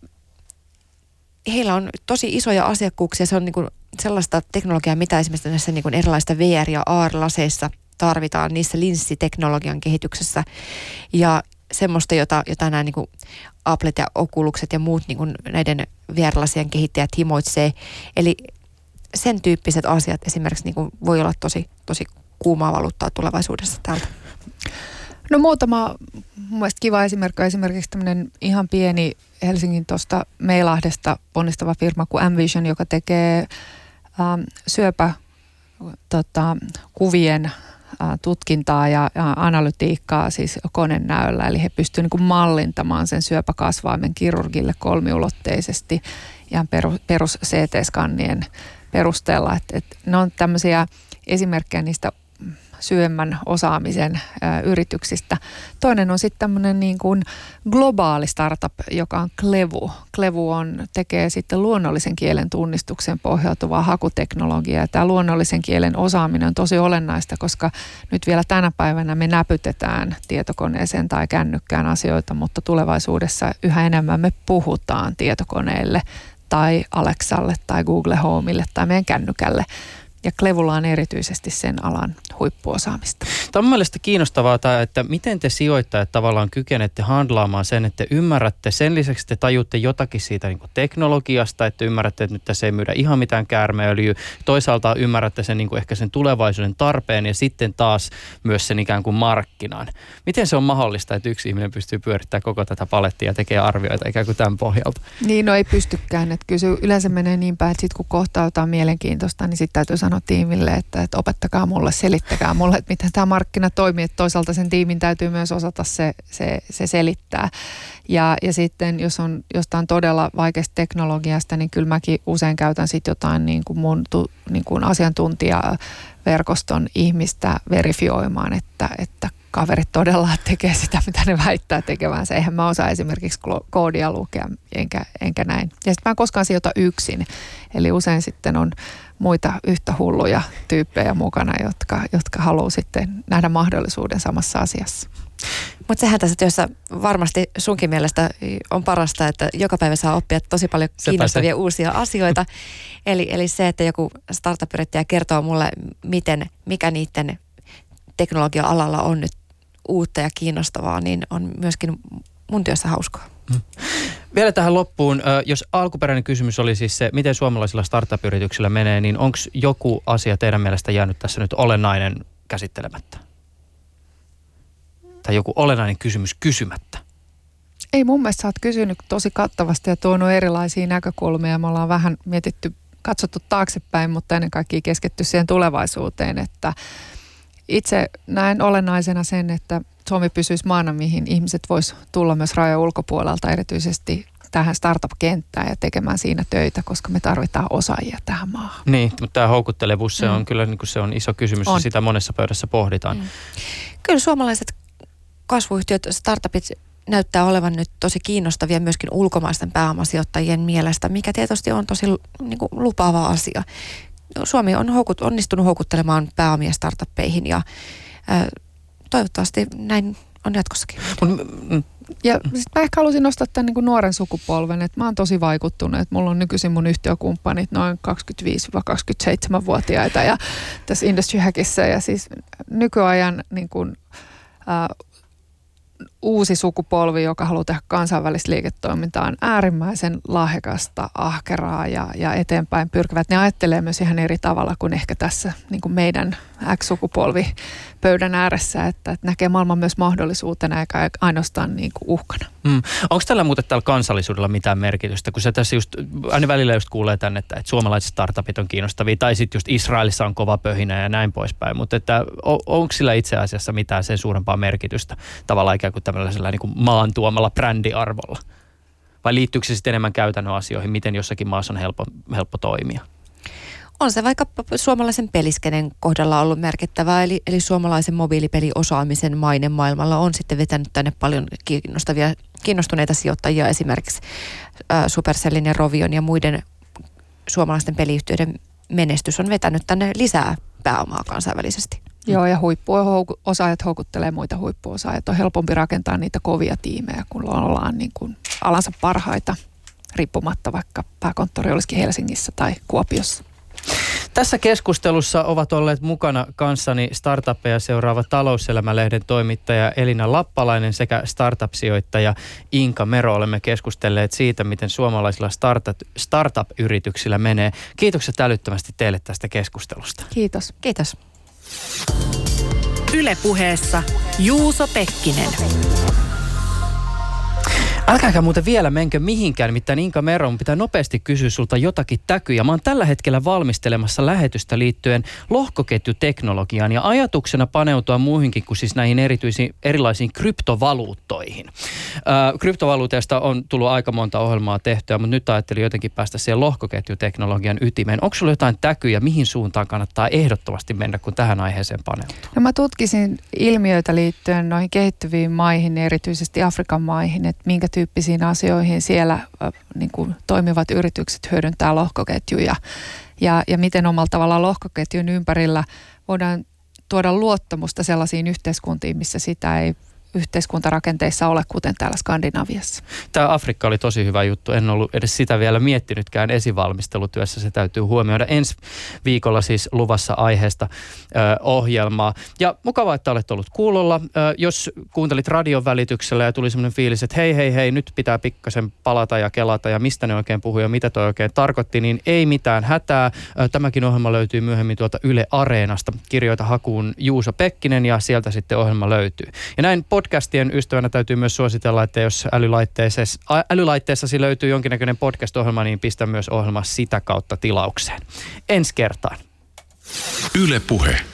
heillä on tosi isoja asiakkuuksia, se on niin kuin sellaista teknologiaa, mitä esimerkiksi näissä niin kuin erilaisista VR- ja AR-laseissa tarvitaan niissä linssiteknologian kehityksessä. Ja semmoista, jota nämä niin kuin Applet ja Oculusset ja muut niin kuin näiden VR-lasien kehittäjät himoitsee. Eli sen tyyppiset asiat esimerkiksi niin kuin voi olla tosi kuumaa valuuttaa tulevaisuudessa täältä. No muutama mun mielestä kiva esimerkki on esimerkiksi tämmöinen ihan pieni Helsingin tuosta Meilahdesta ponnistava firma kuin M-Vision, joka tekee syöpäkuvien tutkintaa ja analytiikkaa siis konenäöllä. Eli he pystyvät niin kuin mallintamaan sen syöpäkasvaimen kirurgille kolmiulotteisesti ihan perus CT-skannien perusteella. Et ne on tämmöisiä esimerkkejä niistä syömän osaamisen yrityksistä. Toinen on sitten tämmöinen niin kuin globaali startup, joka on Klevu. Klevu tekee sitten luonnollisen kielen tunnistukseen pohjautuvaa hakuteknologiaa. Tämä luonnollisen kielen osaaminen on tosi olennaista, koska nyt vielä tänä päivänä me näpytetään tietokoneeseen tai kännykkään asioita, mutta tulevaisuudessa yhä enemmän me puhutaan tietokoneelle tai Alexalle tai Google Homeille tai meidän kännykälle. Ja Klevulla on erityisesti sen alan huippuosaamista. Tämä on mielestäni kiinnostavaa, että miten te sijoittajat tavallaan kykenette handlaamaan sen, että ymmärrätte sen lisäksi, että tajutte jotakin siitä niin kuin teknologiasta, että ymmärrätte, että nyt tässä ei myydä ihan mitään käärmeöljyä. Toisaalta ymmärrätte sen, niin kuin ehkä sen tulevaisuuden tarpeen ja sitten taas myös sen ikään kuin markkinan. Miten se on mahdollista, että yksi ihminen pystyy pyörittämään koko tätä palettia ja tekee arvioita ikään kuin tämän pohjalta? Niin, no ei pystykään. Että kyllä se yleensä menee niin päin, että sitten kun kohtaa jotain mielenkiintoista, niin sitten täytyy sanoa tiimille, että opettakaa mulle, selittäkää mulle, että miten tämä markkina toimii. Että toisaalta sen tiimin täytyy myös osata se selittää. Ja sitten jos on jostain todella vaikeasta teknologiasta, niin kyllä mäkin usein käytän sitten jotain niin kuin mun niin kuin asiantuntijaverkoston ihmistä verifioimaan, että kaverit todella tekee sitä, mitä ne väittää tekevänsä. Eihän mä osaa esimerkiksi koodia lukea, enkä näin. Ja sitten mä en koskaan sijoita yksin. Eli usein sitten on muita yhtä hulluja tyyppejä mukana, jotka haluaa sitten nähdä mahdollisuuden samassa asiassa. Mutta sehän tässä työssä varmasti sunkin mielestä on parasta, että joka päivä saa oppia tosi paljon kiinnostavia uusia asioita. Eli se, että joku startup-yrittäjä kertoo mulle, mikä niiden teknologia-alalla on nyt uutta ja kiinnostavaa, niin on myöskin mun työssä hauskaa. Vielä tähän loppuun, jos alkuperäinen kysymys oli siis se, miten suomalaisilla startup-yrityksillä menee, niin onko joku asia teidän mielestä jäänyt tässä nyt olennainen käsittelemättä? Tai joku olennainen kysymys kysymättä? Ei, mun mielestä sä oot kysynyt tosi kattavasti ja tuonut erilaisia näkökulmia. Me ollaan vähän katsottu taaksepäin, mutta ennen kaikkea keskitty siihen tulevaisuuteen, että itse näen olennaisena sen, että Suomi pysyisi maana, mihin ihmiset vois tulla myös rajojen ulkopuolelta, erityisesti tähän startup-kenttään ja tekemään siinä töitä, koska me tarvitaan osaajia tähän maahan. Niin, mutta tämä houkuttelevuus, se on kyllä niin kuin se on iso kysymys ja sitä monessa pöydässä pohditaan. Kyllä suomalaiset kasvuyhtiöt, startupit näyttää olevan nyt tosi kiinnostavia myöskin ulkomaisten pääomasijoittajien mielestä, mikä tietysti on tosi niin kuin lupaava asia. Suomi on onnistunut houkuttelemaan pääomia startuppeihin ja toivottavasti näin on jatkossakin. Ja sitten mä ehkä haluaisin nostaa tämän niin kuin nuoren sukupolven, että mä oon tosi vaikuttunut, että mulla on nykyisin mun yhtiökumppanit noin 25-27-vuotiaita ja tässä Industry Hackissa ja siis nykyajan niin kuin, uusi sukupolvi, joka haluaa tehdä kansainvälistä liiketoimintaa, on äärimmäisen lahjakasta, ahkeraa ja eteenpäin pyrkivät. Ne ajattelee myös ihan eri tavalla kuin ehkä tässä niin kuin meidän X-sukupolvi pöydän ääressä, että näkee maailman myös mahdollisuutena eikä ainoastaan niin kuin uhkana. Onko tällä muuten tällä kansallisuudella mitään merkitystä? Kun se tässä just, aina välillä just kuulee tänne, että suomalaiset startupit on kiinnostavia, tai sitten just Israelissa on kova pöhinä ja näin poispäin, mutta että onko sillä itse asiassa mitään sen suurempaa merkitystä tavallaan ikään kuin tämmöisellä niin kuin maan tuomalla brändiarvolla? Vai liittyykö se sitten enemmän käytännön asioihin, miten jossakin maassa on helppo toimia? On se vaikka suomalaisen peliskenen kohdalla ollut merkittävää, eli suomalaisen mobiilipeliosaamisen maine maailmalla on sitten vetänyt tänne paljon kiinnostuneita sijoittajia, esimerkiksi Supercellin ja Rovion ja muiden suomalaisten peliyhtiöiden menestys on vetänyt tänne lisää pääomaa kansainvälisesti. Joo, ja huippuosaajat houkuttelee muita huippuosaajat. On helpompi rakentaa niitä kovia tiimejä, kun ollaan niin kuin alansa parhaita, riippumatta vaikka pääkonttori olisikin Helsingissä tai Kuopiossa. Tässä keskustelussa ovat olleet mukana kanssani startuppeja seuraava Talouselämä-lehden toimittaja Elina Lappalainen sekä startup-sijoittaja Inka Mero. Olemme keskustelleet siitä, miten suomalaisilla startup-yrityksillä menee. Kiitokset älyttömästi teille tästä keskustelusta. Kiitos. Kiitos. Yle Puheessa Juuso Pekkinen. Älkääkä muuten vielä menkö mihinkään, nimittäin Inka Mero, pitää nopeasti kysyä sulta jotakin täkyjä. Mä oon tällä hetkellä valmistelemassa lähetystä liittyen lohkoketjuteknologiaan ja ajatuksena paneutua muihinkin kuin siis näihin erilaisiin kryptovaluuttoihin. Kryptovaluuteista on tullut aika monta ohjelmaa tehtyä, mutta nyt ajattelin jotenkin päästä siihen lohkoketjuteknologian ytimeen. Onko sulla jotain täkyjä, mihin suuntaan kannattaa ehdottomasti mennä, kun tähän aiheeseen paneutuu? No mä tutkisin ilmiöitä liittyen noihin kehittyviin maihin, erityisesti Afrikan maihin, että minkä tyyppisiin asioihin siellä niin kuin toimivat yritykset hyödyntää lohkoketjuja ja miten omalla tavallaan lohkoketjun ympärillä voidaan tuoda luottamusta sellaisiin yhteiskuntiin, missä sitä ei yhteiskuntarakenteissa ole, kuten täällä Skandinaviassa. Tämä Afrikka oli tosi hyvä juttu. En ollut edes sitä vielä miettinytkään esivalmistelutyössä. Se täytyy huomioida. Ensi viikolla siis luvassa aiheesta ohjelmaa. Ja mukavaa, että olet ollut kuulolla. Jos kuuntelit radion välityksellä ja tuli semmoinen fiilis, että hei, nyt pitää pikkasen palata ja kelata ja mistä ne oikein puhui ja mitä toi oikein tarkoitti, niin ei mitään hätää. Tämäkin ohjelma löytyy myöhemmin tuolta Yle Areenasta. Kirjoita hakuun Juuso Pekkinen ja sieltä sitten ohjelma löytyy. Ja näin podcastien ystävänä täytyy myös suositella, että jos älylaitteessasi löytyy jonkinnäköinen podcast-ohjelma, niin pistä myös ohjelma sitä kautta tilaukseen. Ensi kertaan. Yle Puhe.